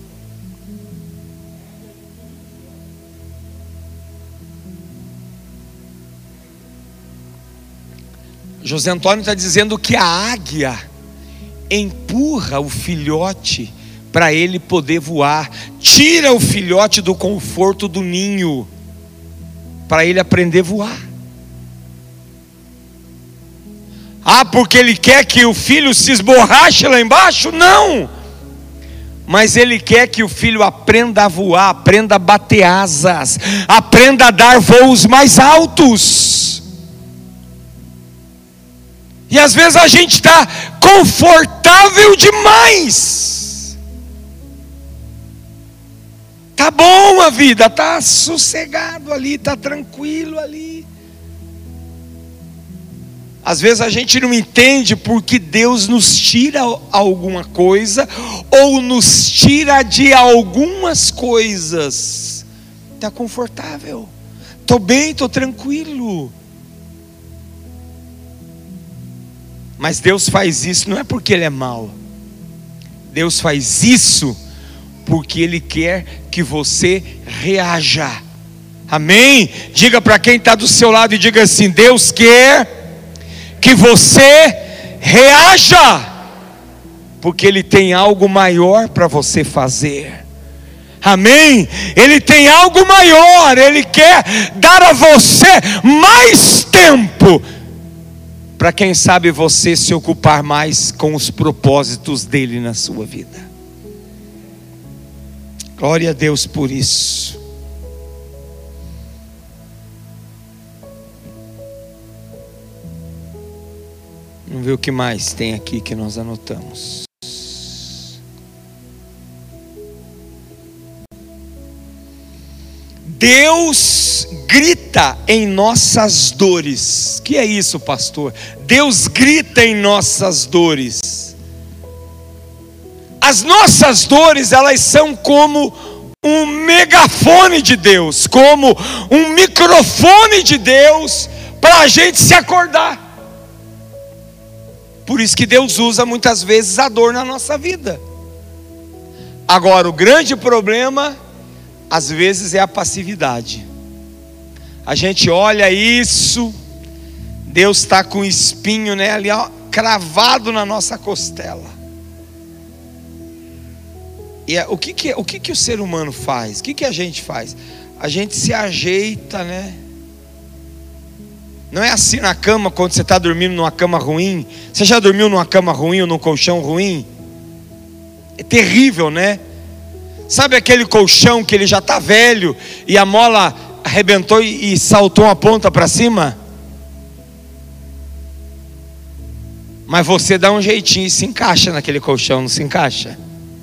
José Antônio está dizendo que a águia empurra o filhote para ele poder voar, tira o filhote do conforto do ninho, para ele aprender a voar. Ah, porque ele quer que o filho se esborrache lá embaixo? Não, mas ele quer que o filho aprenda a voar, aprenda a bater asas, aprenda a dar voos mais altos. E às vezes a gente está confortável demais. Tá bom a vida, tá sossegado ali, tá tranquilo ali. Às vezes a gente não entende porque Deus nos tira alguma coisa, ou nos tira de algumas coisas. Tá confortável, tô bem, tô tranquilo. Mas Deus faz isso não é porque Ele é mau. Deus faz isso porque Ele quer que você reaja. Amém? Diga para quem está do seu lado e diga assim: Deus quer que você reaja, porque Ele tem algo maior para você fazer. Amém? Ele tem algo maior. Ele quer dar a você mais tempo, para quem sabe você se ocupar mais com os propósitos dele na sua vida. Glória a Deus por isso. Vamos ver o que mais tem aqui que nós anotamos. Deus grita em nossas dores. Que é isso, pastor? Deus grita em nossas dores. As nossas dores, elas são como um megafone de Deus, como um microfone de Deus, para a gente se acordar. Por isso que Deus usa muitas vezes a dor na nossa vida. Agora, o grande problema, às vezes, é a passividade. A gente olha isso, Deus está com um espinho, né, ali, ó, cravado na nossa costela. E é, o, que, que, o que, que o ser humano faz? O que, que a gente faz? A gente se ajeita, né? Não é assim na cama, quando você está dormindo numa cama ruim. Você já dormiu numa cama ruim ou num colchão ruim? É terrível, né? Sabe aquele colchão que ele já está velho e a mola arrebentou e, e saltou uma ponta para cima? Mas você dá um jeitinho e se encaixa naquele colchão, não se encaixa?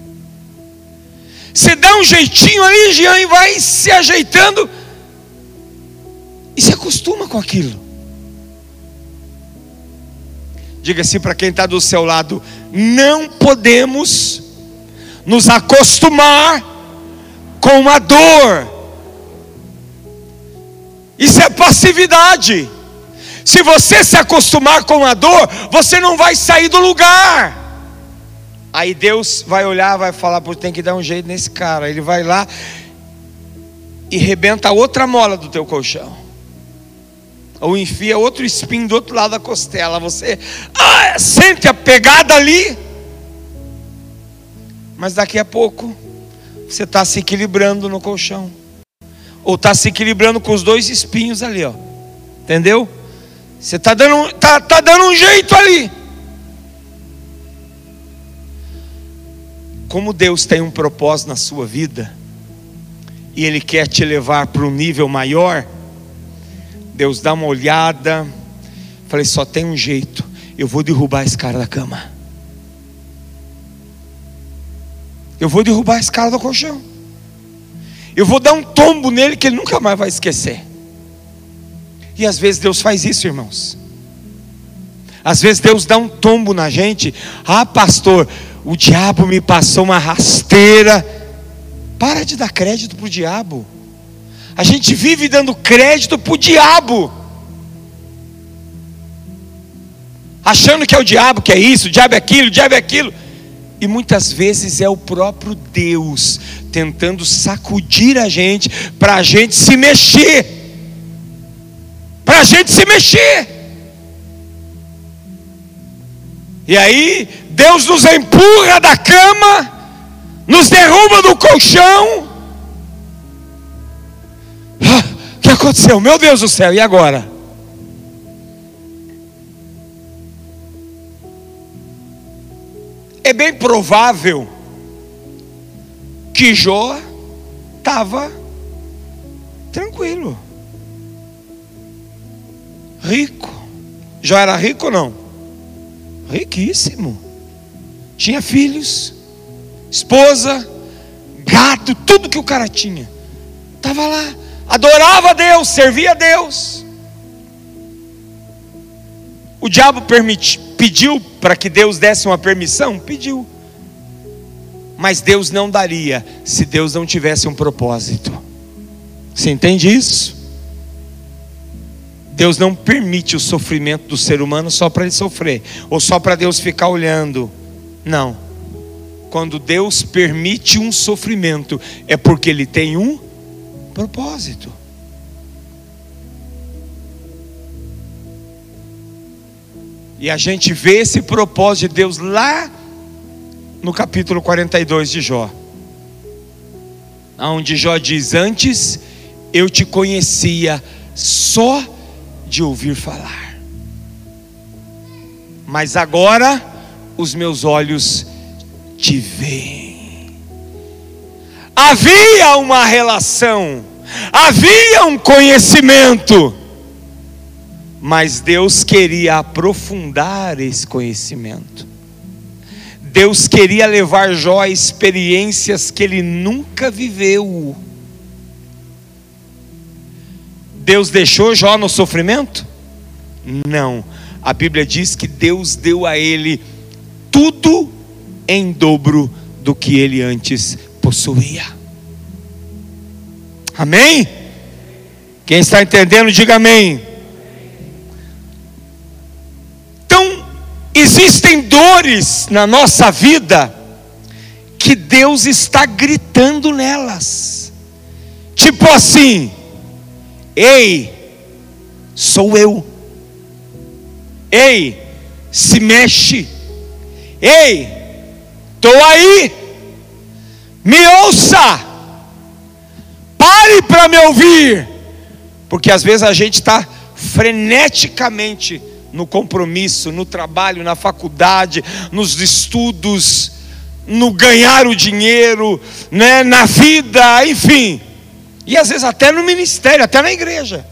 Você dá um jeitinho ali, Jean, e vai se ajeitando e se acostuma com aquilo. Diga assim para quem está do seu lado: não podemos nos acostumar com a dor. Isso é passividade. Se você se acostumar com a dor, você não vai sair do lugar. Aí Deus vai olhar, vai falar: pô, tem que dar um jeito nesse cara. Ele vai lá e rebenta outra mola do teu colchão, ou enfia outro espinho do outro lado da costela. Você ah, sente a pegada ali, mas daqui a pouco você está se equilibrando no colchão, ou está se equilibrando com os dois espinhos ali, ó. Entendeu? Você está dando, tá, tá dando um jeito ali. Como Deus tem um propósito na sua vida, e Ele quer te levar para um nível maior, Deus dá uma olhada, falei: só tem um jeito, eu vou derrubar esse cara da cama, eu vou derrubar esse cara do colchão, eu vou dar um tombo nele que ele nunca mais vai esquecer. E às vezes Deus faz isso, irmãos. Às vezes Deus dá um tombo na gente. Ah, pastor, o diabo me passou uma rasteira. Para de dar crédito para o diabo. A gente vive dando crédito para o diabo, achando que é o diabo que é isso, o diabo é aquilo, o diabo é aquilo. E muitas vezes é o próprio Deus tentando sacudir a gente, para a gente se mexer, para a gente se mexer. E aí Deus nos empurra da cama, nos derruba do colchão. Ah, o que aconteceu? Meu Deus do céu, e agora? É bem provável que Jó estava tranquilo, rico. Jó era rico ou não? Riquíssimo. Tinha filhos, esposa, gado, tudo que o cara tinha. Estava lá, adorava a Deus, servia a Deus. O diabo permiti, pediu para que Deus desse uma permissão? Pediu. Mas Deus não daria se Deus não tivesse um propósito. Você entende isso? Deus não permite o sofrimento do ser humano só para ele sofrer, ou só para Deus ficar olhando. Não. Quando Deus permite um sofrimento, é porque Ele tem um propósito. E a gente vê esse propósito de Deus lá no capítulo quarenta e dois de Jó, onde Jó diz: antes eu te conhecia só de ouvir falar, mas agora os meus olhos te veem. havia uma relação, havia um conhecimento, mas Deus queria aprofundar esse conhecimento. Deus queria levar Jó a experiências que ele nunca viveu. Deus deixou Jó no sofrimento? Não. A Bíblia diz que Deus deu a ele tudo em dobro do que ele antes possuía. Amém? Quem está entendendo, diga amém. Então, existem dores na nossa vida que Deus está gritando nelas. Tipo assim: ei, sou eu. Ei, se mexe. Ei, estou aí. Me ouça. Pare para me ouvir. Porque às vezes a gente está freneticamente no compromisso, no trabalho, na faculdade, nos estudos, no ganhar o dinheiro, né, na vida, enfim. E às vezes até no ministério, até na igreja.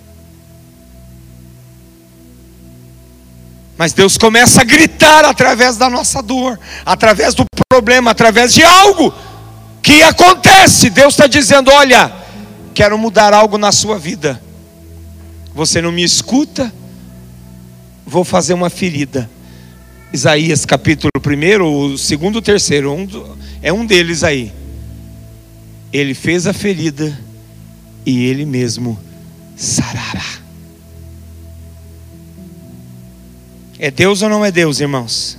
Mas Deus começa a gritar através da nossa dor, através do problema, através de algo que acontece. Deus está dizendo: olha, quero mudar algo na sua vida. Você não me escuta? Vou fazer uma ferida. Isaías capítulo primeiro, o segundo, o terceiro, um, é um deles aí. Ele fez a ferida e ele mesmo sarará. É Deus ou não é Deus, irmãos?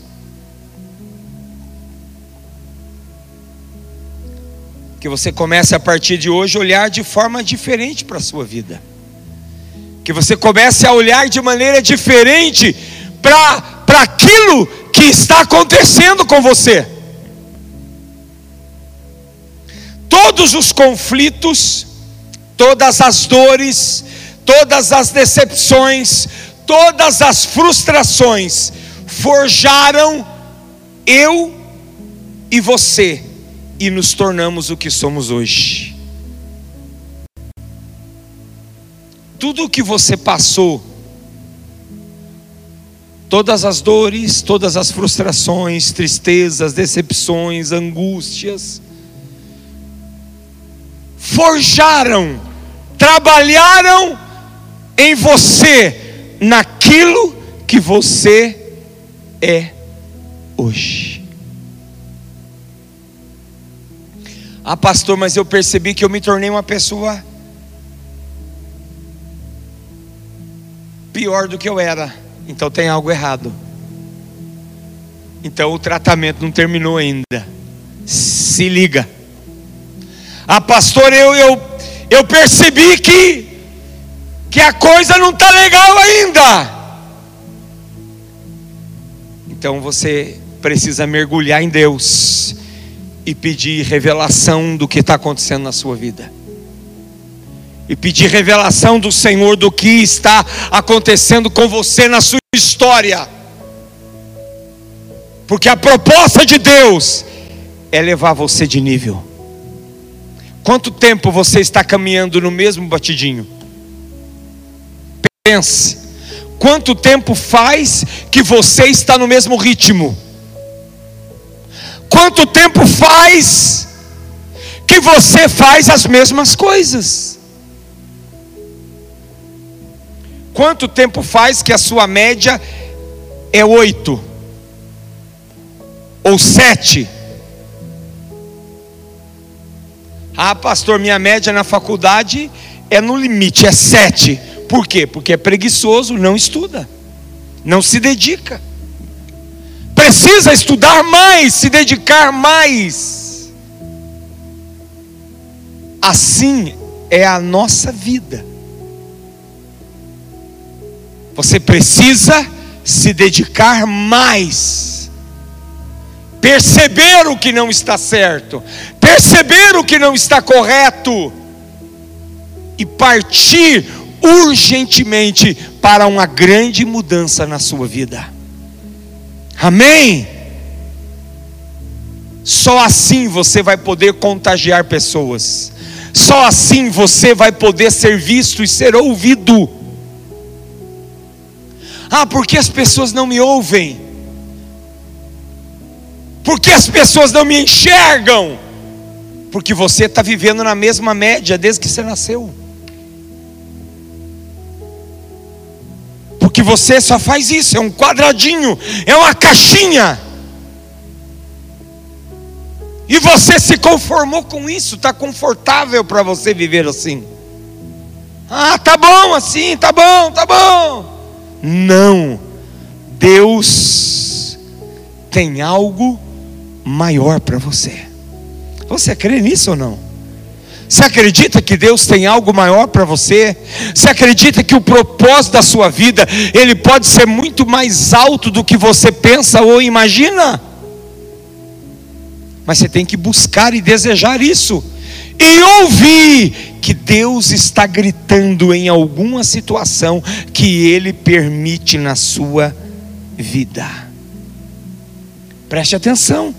Que você comece a partir de hoje a olhar de forma diferente para a sua vida. Que você comece a olhar de maneira diferente para para aquilo que está acontecendo com você. Todos os conflitos, todas as dores, todas as decepções, todas as frustrações forjaram eu e você e nos tornamos o que somos hoje. Tudo o que você passou, todas as dores, todas as frustrações, tristezas, decepções, angústias, forjaram, trabalharam em você naquilo que você é hoje. Ah, pastor, mas eu percebi que eu me tornei uma pessoa pior do que eu era. Então tem algo errado. Então o tratamento não terminou ainda. Se liga. Ah, pastor, eu, eu, eu percebi que que a coisa não está legal ainda. Então você precisa mergulhar em Deus e pedir revelação do que está acontecendo na sua vida, e pedir revelação do Senhor do que está acontecendo com você na sua história, porque a proposta de Deus é levar você de nível. Quanto tempo você está caminhando no mesmo batidinho? Pense, quanto tempo faz que você está no mesmo ritmo? Quanto tempo faz que você faz as mesmas coisas? Quanto tempo faz que a sua média é oito? Ou sete? Ah, pastor, minha média na faculdade é no limite, é sete. Por quê? Porque é preguiçoso, não estuda, não se dedica. Precisa estudar mais, se dedicar mais. Assim é a nossa vida. Você precisa se dedicar mais, perceber o que não está certo, perceber o que não está correto e partir urgentemente para uma grande mudança na sua vida. Amém? Só assim você vai poder contagiar pessoas. Só assim você vai poder ser visto e ser ouvido. Ah, por que as pessoas não me ouvem? Por que as pessoas não me enxergam? Porque você está vivendo na mesma média desde que você nasceu. Porque você só faz isso, é um quadradinho, é uma caixinha. E você se conformou com isso, está confortável para você viver assim. Ah, tá bom assim, tá bom, tá bom. Não, Deus tem algo maior para você. Você crê nisso ou não? Você acredita que Deus tem algo maior para você? Você acredita que o propósito da sua vida, ele pode ser muito mais alto do que você pensa ou imagina? Mas você tem que buscar e desejar isso, e ouvir que Deus está gritando em alguma situação que Ele permite na sua vida. Preste atenção,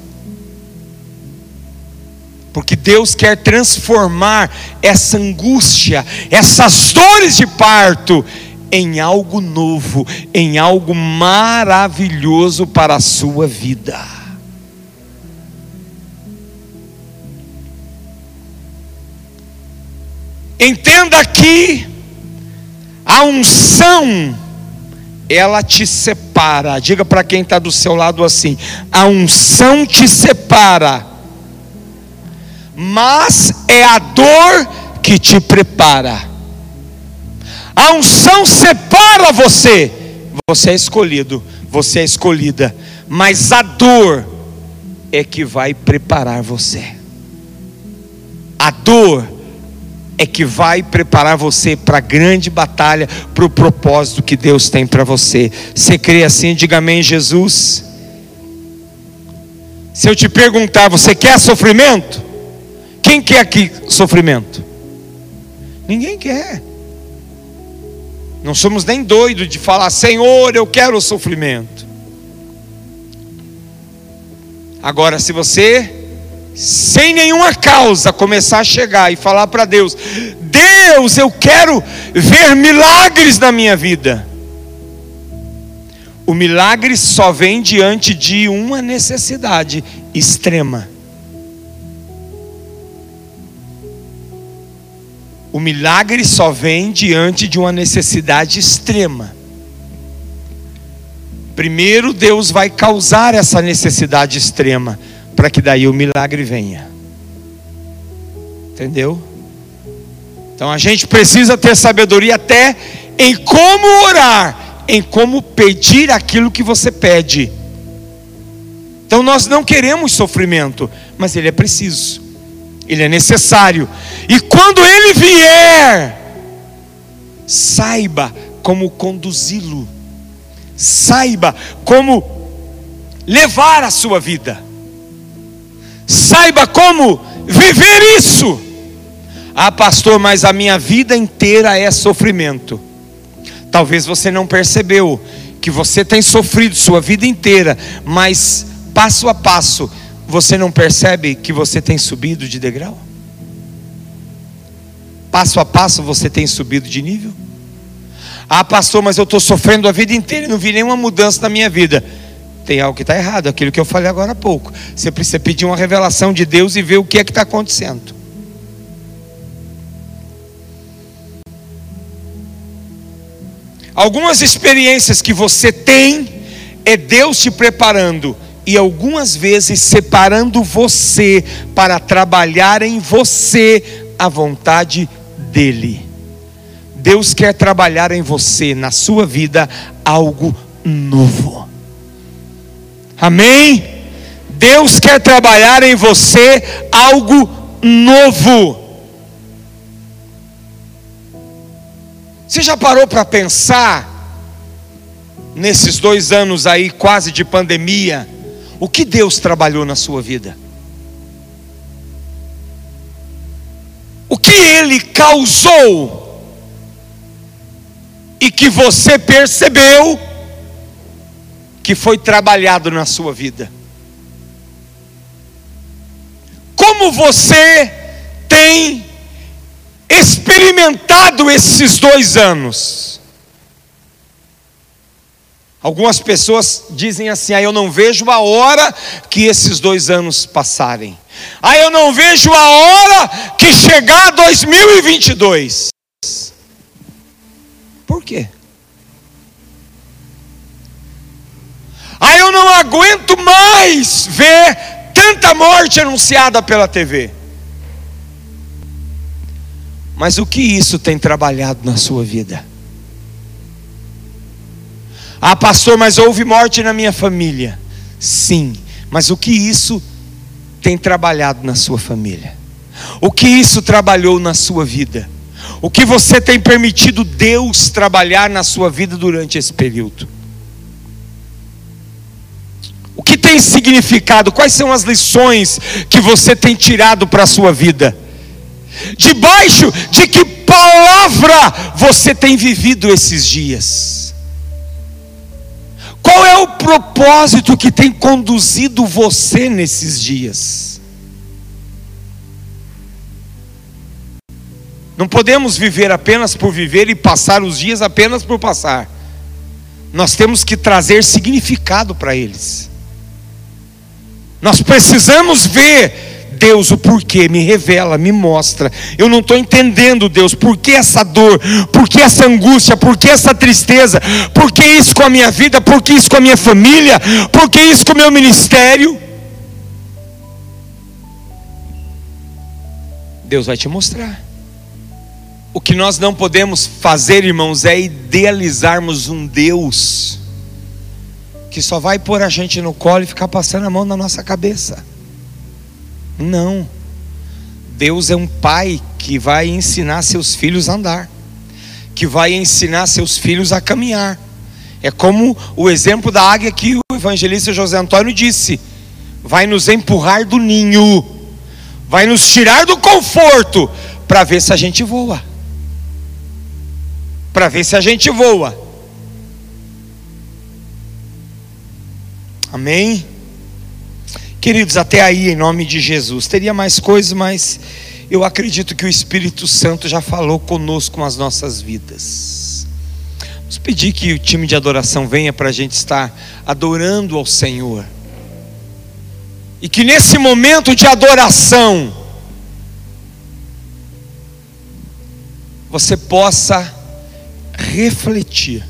porque Deus quer transformar essa angústia, essas dores de parto, em algo novo, em algo maravilhoso para a sua vida. Entenda que a unção, ela te separa. Diga para quem está do seu lado assim: a unção te separa, mas é a dor que te prepara. A unção separa você. Você é escolhido, você é escolhida, mas a dor é que vai preparar você. A dor é que vai preparar você para a grande batalha, para o propósito que Deus tem para você. Você crê assim? Diga amém, Jesus. Se eu te perguntar, você quer sofrimento? Quem quer aqui sofrimento? Ninguém quer. Não somos nem doidos de falar: Senhor, eu quero o sofrimento. Agora, se você, sem nenhuma causa, começar a chegar e falar para Deus: Deus, eu quero ver milagres na minha vida. O milagre só vem diante de uma necessidade extrema. O milagre só vem diante de uma necessidade extrema. Primeiro Deus vai causar essa necessidade extrema, para que daí o milagre venha. Entendeu? Então a gente precisa ter sabedoria até em como orar, em como pedir aquilo que você pede. Então nós não queremos sofrimento, mas ele é preciso, ele é necessário. E quando ele vier, saiba como conduzi-lo, saiba como levar a sua vida, saiba como viver isso. Ah, pastor, mas a minha vida inteira é sofrimento. Talvez você não percebeu que você tem sofrido sua vida inteira, mas passo a passo você não percebe que você tem subido de degrau? Passo a passo você tem subido de nível? Ah, pastor, mas eu estou sofrendo a vida inteira e não vi nenhuma mudança na minha vida. Tem algo que está errado, aquilo que eu falei agora há pouco. Você precisa pedir uma revelação de Deus e ver o que é que está acontecendo. Algumas experiências que você tem é Deus te preparando, e algumas vezes separando você para trabalhar em você a vontade dele. Deus quer trabalhar em você, na sua vida, algo novo. Amém? Deus quer trabalhar em você algo novo. Você já parou para pensar, nesses dois anos aí quase de pandemia, o que Deus trabalhou na sua vida? O que Ele causou e que você percebeu que foi trabalhado na sua vida? como você tem experimentado esses dois anos? Algumas pessoas dizem assim: ah, eu não vejo a hora que esses dois anos passarem. Ah, eu não vejo a hora que chegar dois mil e vinte e dois. Por quê? Ah, eu não aguento mais ver tanta morte anunciada pela T V. Mas o que isso tem trabalhado na sua vida? Ah, pastor, mas houve morte na minha família. Sim, mas o que isso tem trabalhado na sua família? O que isso trabalhou na sua vida? O que você tem permitido Deus trabalhar na sua vida durante esse período? O que tem significado? Quais são as lições que você tem tirado para a sua vida? Debaixo de que palavra você tem vivido esses dias? Qual é o propósito que tem conduzido você nesses dias? Não podemos viver apenas por viver e passar os dias apenas por passar. Nós temos que trazer significado para eles. Nós precisamos ver: Deus, o porquê, me revela, me mostra. Eu não estou entendendo, Deus, por que essa dor, por que essa angústia, por que essa tristeza, por que isso com a minha vida, por que isso com a minha família, por que isso com o meu ministério? Deus vai te mostrar. O que nós não podemos fazer, irmãos, é idealizarmos um Deus que só vai pôr a gente no colo e ficar passando a mão na nossa cabeça. Não. Deus é um pai que vai ensinar seus filhos a andar, que vai ensinar seus filhos a caminhar. É como o exemplo da águia que o evangelista José Antônio disse: vai nos empurrar do ninho, vai nos tirar do conforto, para ver se a gente voa. Para ver se a gente voa. Amém? Queridos, até aí, em nome de Jesus. Teria mais coisas, mas eu acredito que o Espírito Santo já falou conosco com as nossas vidas. Vamos pedir que o time de adoração venha para a gente estar adorando ao Senhor. E que nesse momento de adoração, você possa refletir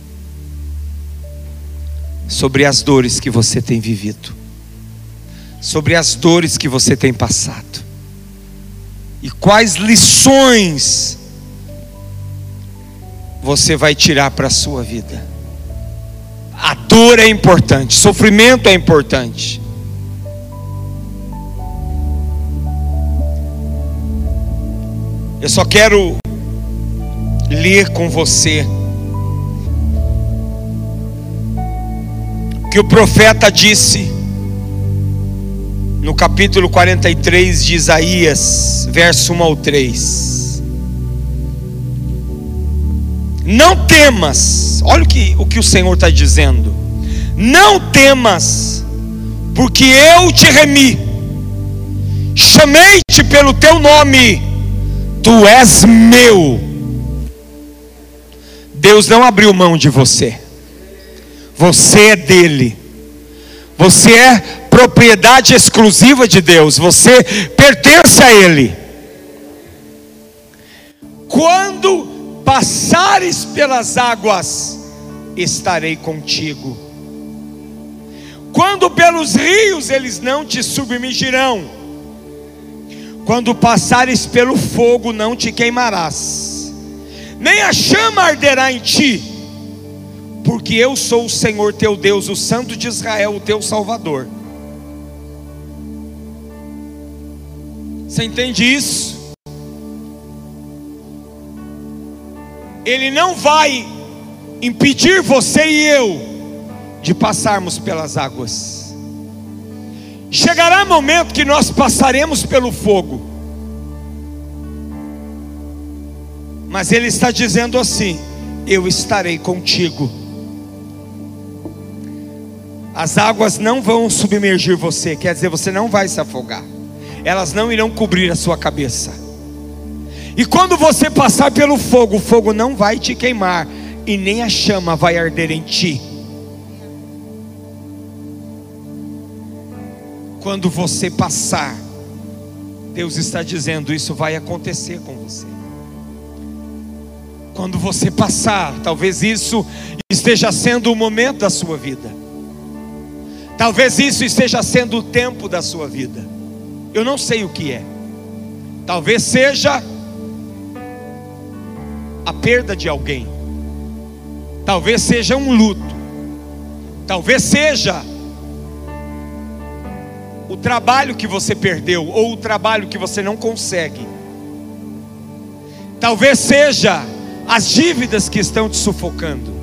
sobre as dores que você tem vivido, sobre as dores que você tem passado, e quais lições você vai tirar para a sua vida. A dor é importante, sofrimento é importante. Eu só quero ler com você que o profeta disse no capítulo quarenta e três de Isaías, verso um ao três. Não temas, olha o que o, que o Senhor está dizendo: não temas, porque eu te remi, chamei-te pelo teu nome, tu és meu. Deus não abriu mão de você, você é dele, você é propriedade exclusiva de Deus, você pertence a Ele. Quando passares pelas águas, estarei contigo. Quando pelos rios, eles não te submergirão. Quando passares pelo fogo, não te queimarás, nem a chama arderá em ti, porque eu sou o Senhor teu Deus, o Santo de Israel, o teu Salvador. Você entende isso? Ele não vai impedir você e eu de passarmos pelas águas. Chegará momento que nós passaremos pelo fogo, mas Ele está dizendo assim: eu estarei contigo. As águas não vão submergir você, quer dizer, você não vai se afogar. elas não irão cobrir a sua cabeça. E quando você passar pelo fogo, o fogo não vai te queimar, e nem a chama vai arder em ti. Quando você passar, Deus está dizendo, isso vai acontecer com você. Quando você passar, talvez isso esteja sendo o momento da sua vida. Talvez isso esteja sendo o tempo da sua vida. Eu não sei o que é. Talvez seja a perda de alguém. Talvez seja um luto. Talvez seja o trabalho que você perdeu, ou o trabalho que você não consegue. Talvez seja as dívidas que estão te sufocando.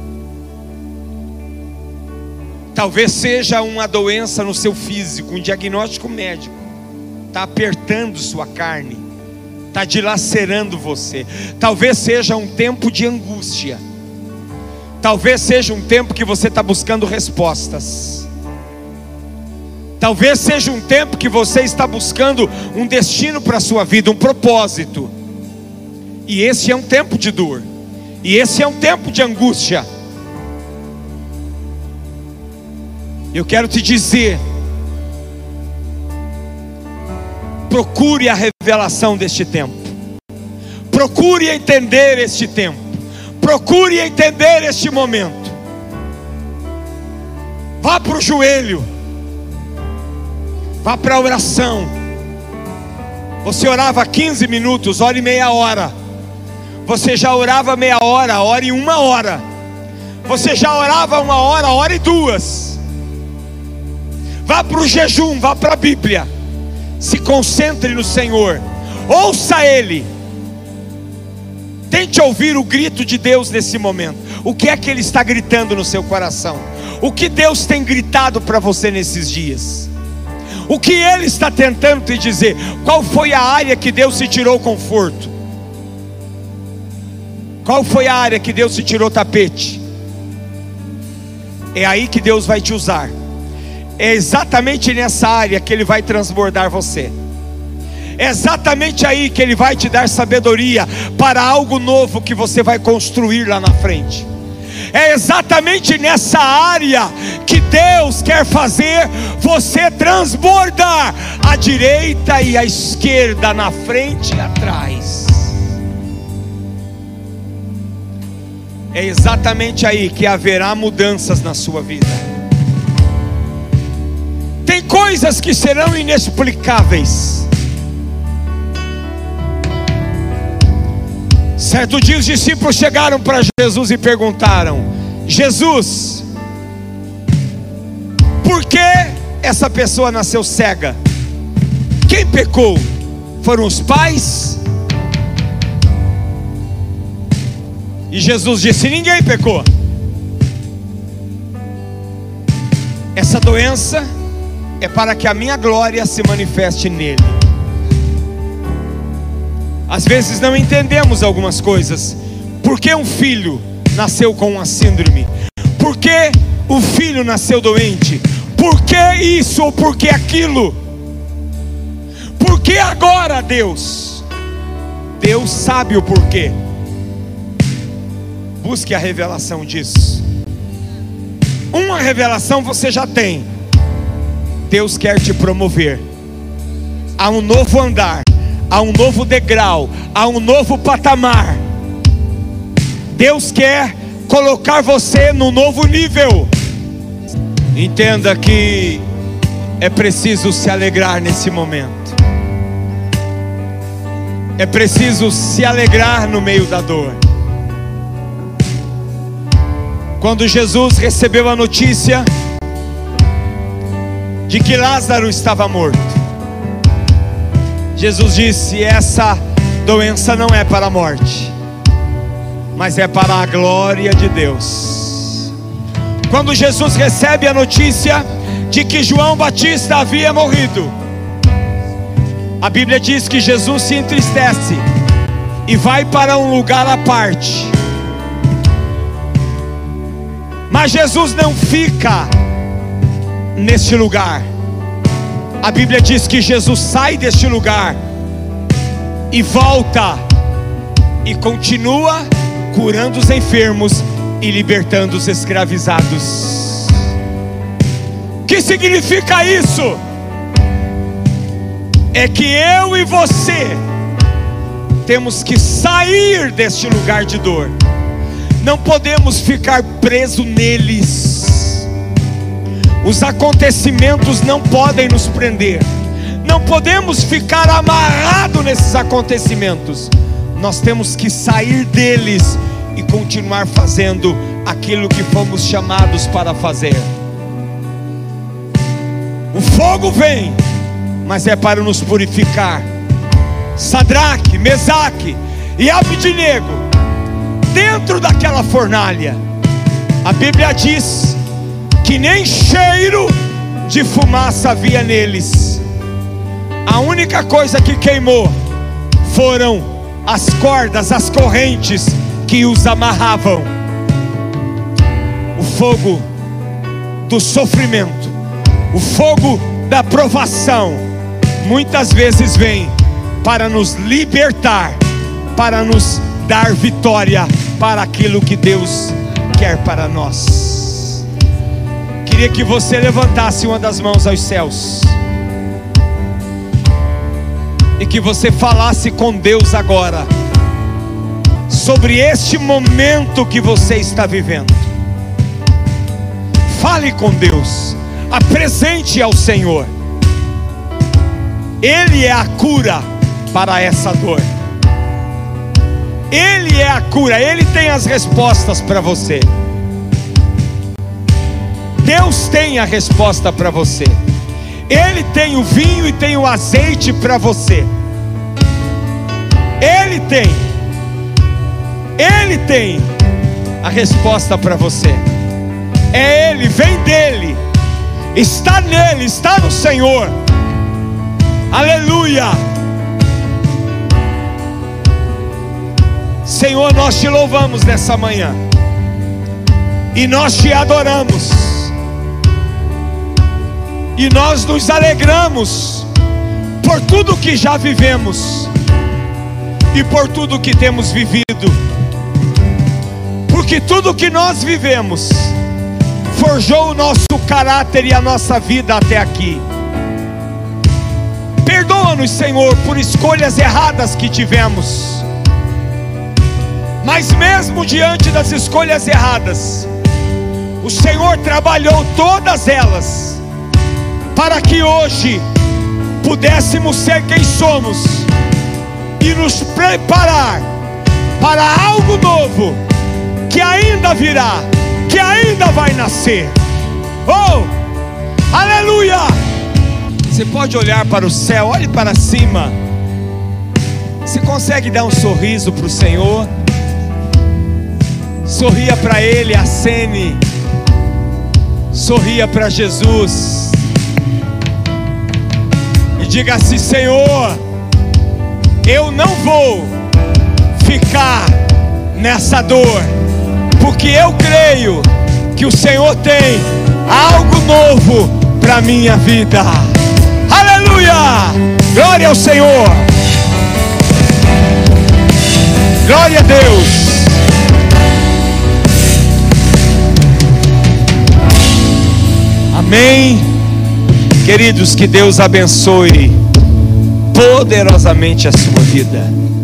Talvez seja uma doença no seu físico, um diagnóstico médico está apertando sua carne, está dilacerando você. Talvez seja um tempo de angústia. Talvez seja um tempo que você está buscando respostas. Talvez seja um tempo que você está buscando um destino para a sua vida, um propósito. E esse é um tempo de dor. E esse é um tempo de angústia. Eu quero te dizer, procure a revelação deste tempo. Procure entender este tempo. Procure entender este momento. Vá para o joelho. Vá para a oração. Você orava quinze minutos, ore meia hora. Você já orava meia hora, ore uma hora. Você já orava uma hora, ore duas. Vá para o jejum, vá para a Bíblia. Se concentre no Senhor. Ouça Ele. Tente ouvir o grito de Deus nesse momento. O que é que Ele está gritando no seu coração? O que Deus tem gritado para você nesses dias? O que Ele está tentando te dizer? Qual foi a área que Deus se tirou o conforto? Qual foi a área que Deus se tirou o tapete? É aí que Deus vai te usar. É exatamente nessa área que Ele vai transbordar você. É exatamente aí que Ele vai te dar sabedoria para algo novo que você vai construir lá na frente. É exatamente nessa área que Deus quer fazer você transbordar à direita e à esquerda, na frente e atrás. É exatamente aí que haverá mudanças na sua vida. Tem coisas que serão inexplicáveis. Certo dia os discípulos chegaram para Jesus e perguntaram: Jesus, por que essa pessoa nasceu cega? Quem pecou? Foram os pais? E Jesus disse: ninguém pecou. Essa doença é para que a minha glória se manifeste nele. Às vezes não entendemos algumas coisas. Por que um filho nasceu com uma síndrome? Por que o filho nasceu doente? Por que isso ou por que aquilo? Por que agora, Deus? Deus sabe o porquê. Busque a revelação disso. Uma revelação você já tem. Deus quer te promover a um novo andar, a um novo degrau, a um novo patamar. Deus quer colocar você no novo nível. Entenda que é preciso se alegrar nesse momento. É preciso se alegrar no meio da dor. Quando Jesus recebeu a notícia de que Lázaro estava morto, Jesus disse: essa doença não é para a morte, mas é para a glória de Deus. Quando Jesus recebe a notícia de que João Batista havia morrido, a Bíblia diz que Jesus se entristece e vai para um lugar à parte. Mas Jesus não fica neste lugar. A Bíblia diz que Jesus sai deste lugar e volta e continua curando os enfermos e libertando os escravizados. O que significa isso? É que eu e você temos que sair deste lugar de dor. Não podemos ficar presos neles. Os acontecimentos não podem nos prender. Não podemos ficar amarrados nesses acontecimentos. Nós temos que sair deles e continuar fazendo aquilo que fomos chamados para fazer. O fogo vem, mas é para nos purificar. Sadraque, Mesaque e Abednego, dentro daquela fornalha, a Bíblia diz que nem cheiro de fumaça havia neles. A única coisa que queimou foram as cordas, as correntes que os amarravam. O fogo do sofrimento, o fogo da provação, muitas vezes vem para nos libertar, para nos dar vitória para aquilo que Deus quer para nós. Queria que você levantasse uma das mãos aos céus e que você falasse com Deus agora sobre este momento que você está vivendo. Fale com Deus, apresente ao Senhor. Ele é a cura para essa dor. Ele é a cura, Ele tem as respostas para você. Deus tem a resposta para você. Ele tem o vinho e tem o azeite para você. Ele tem. Ele tem a resposta para você. É Ele, vem dEle. Está nele, está no Senhor. Aleluia. Senhor, nós te louvamos nessa manhã e nós te adoramos e nós nos alegramos por tudo que já vivemos e por tudo que temos vivido, porque tudo que nós vivemos forjou o nosso caráter e a nossa vida até aqui. Perdoa-nos, Senhor, por escolhas erradas que tivemos. Mas mesmo diante das escolhas erradas, o Senhor trabalhou todas elas para que hoje pudéssemos ser quem somos e nos preparar para algo novo que ainda virá, que ainda vai nascer. Oh, aleluia! Você pode olhar para o céu, olhe para cima. Você consegue dar um sorriso para o Senhor? Sorria para Ele, acene. Sorria para Jesus e diga assim: Senhor, eu não vou ficar nessa dor, porque eu creio que o Senhor tem algo novo para minha vida. Aleluia! Glória ao Senhor! Glória a Deus! Amém. Queridos, que Deus abençoe poderosamente a sua vida.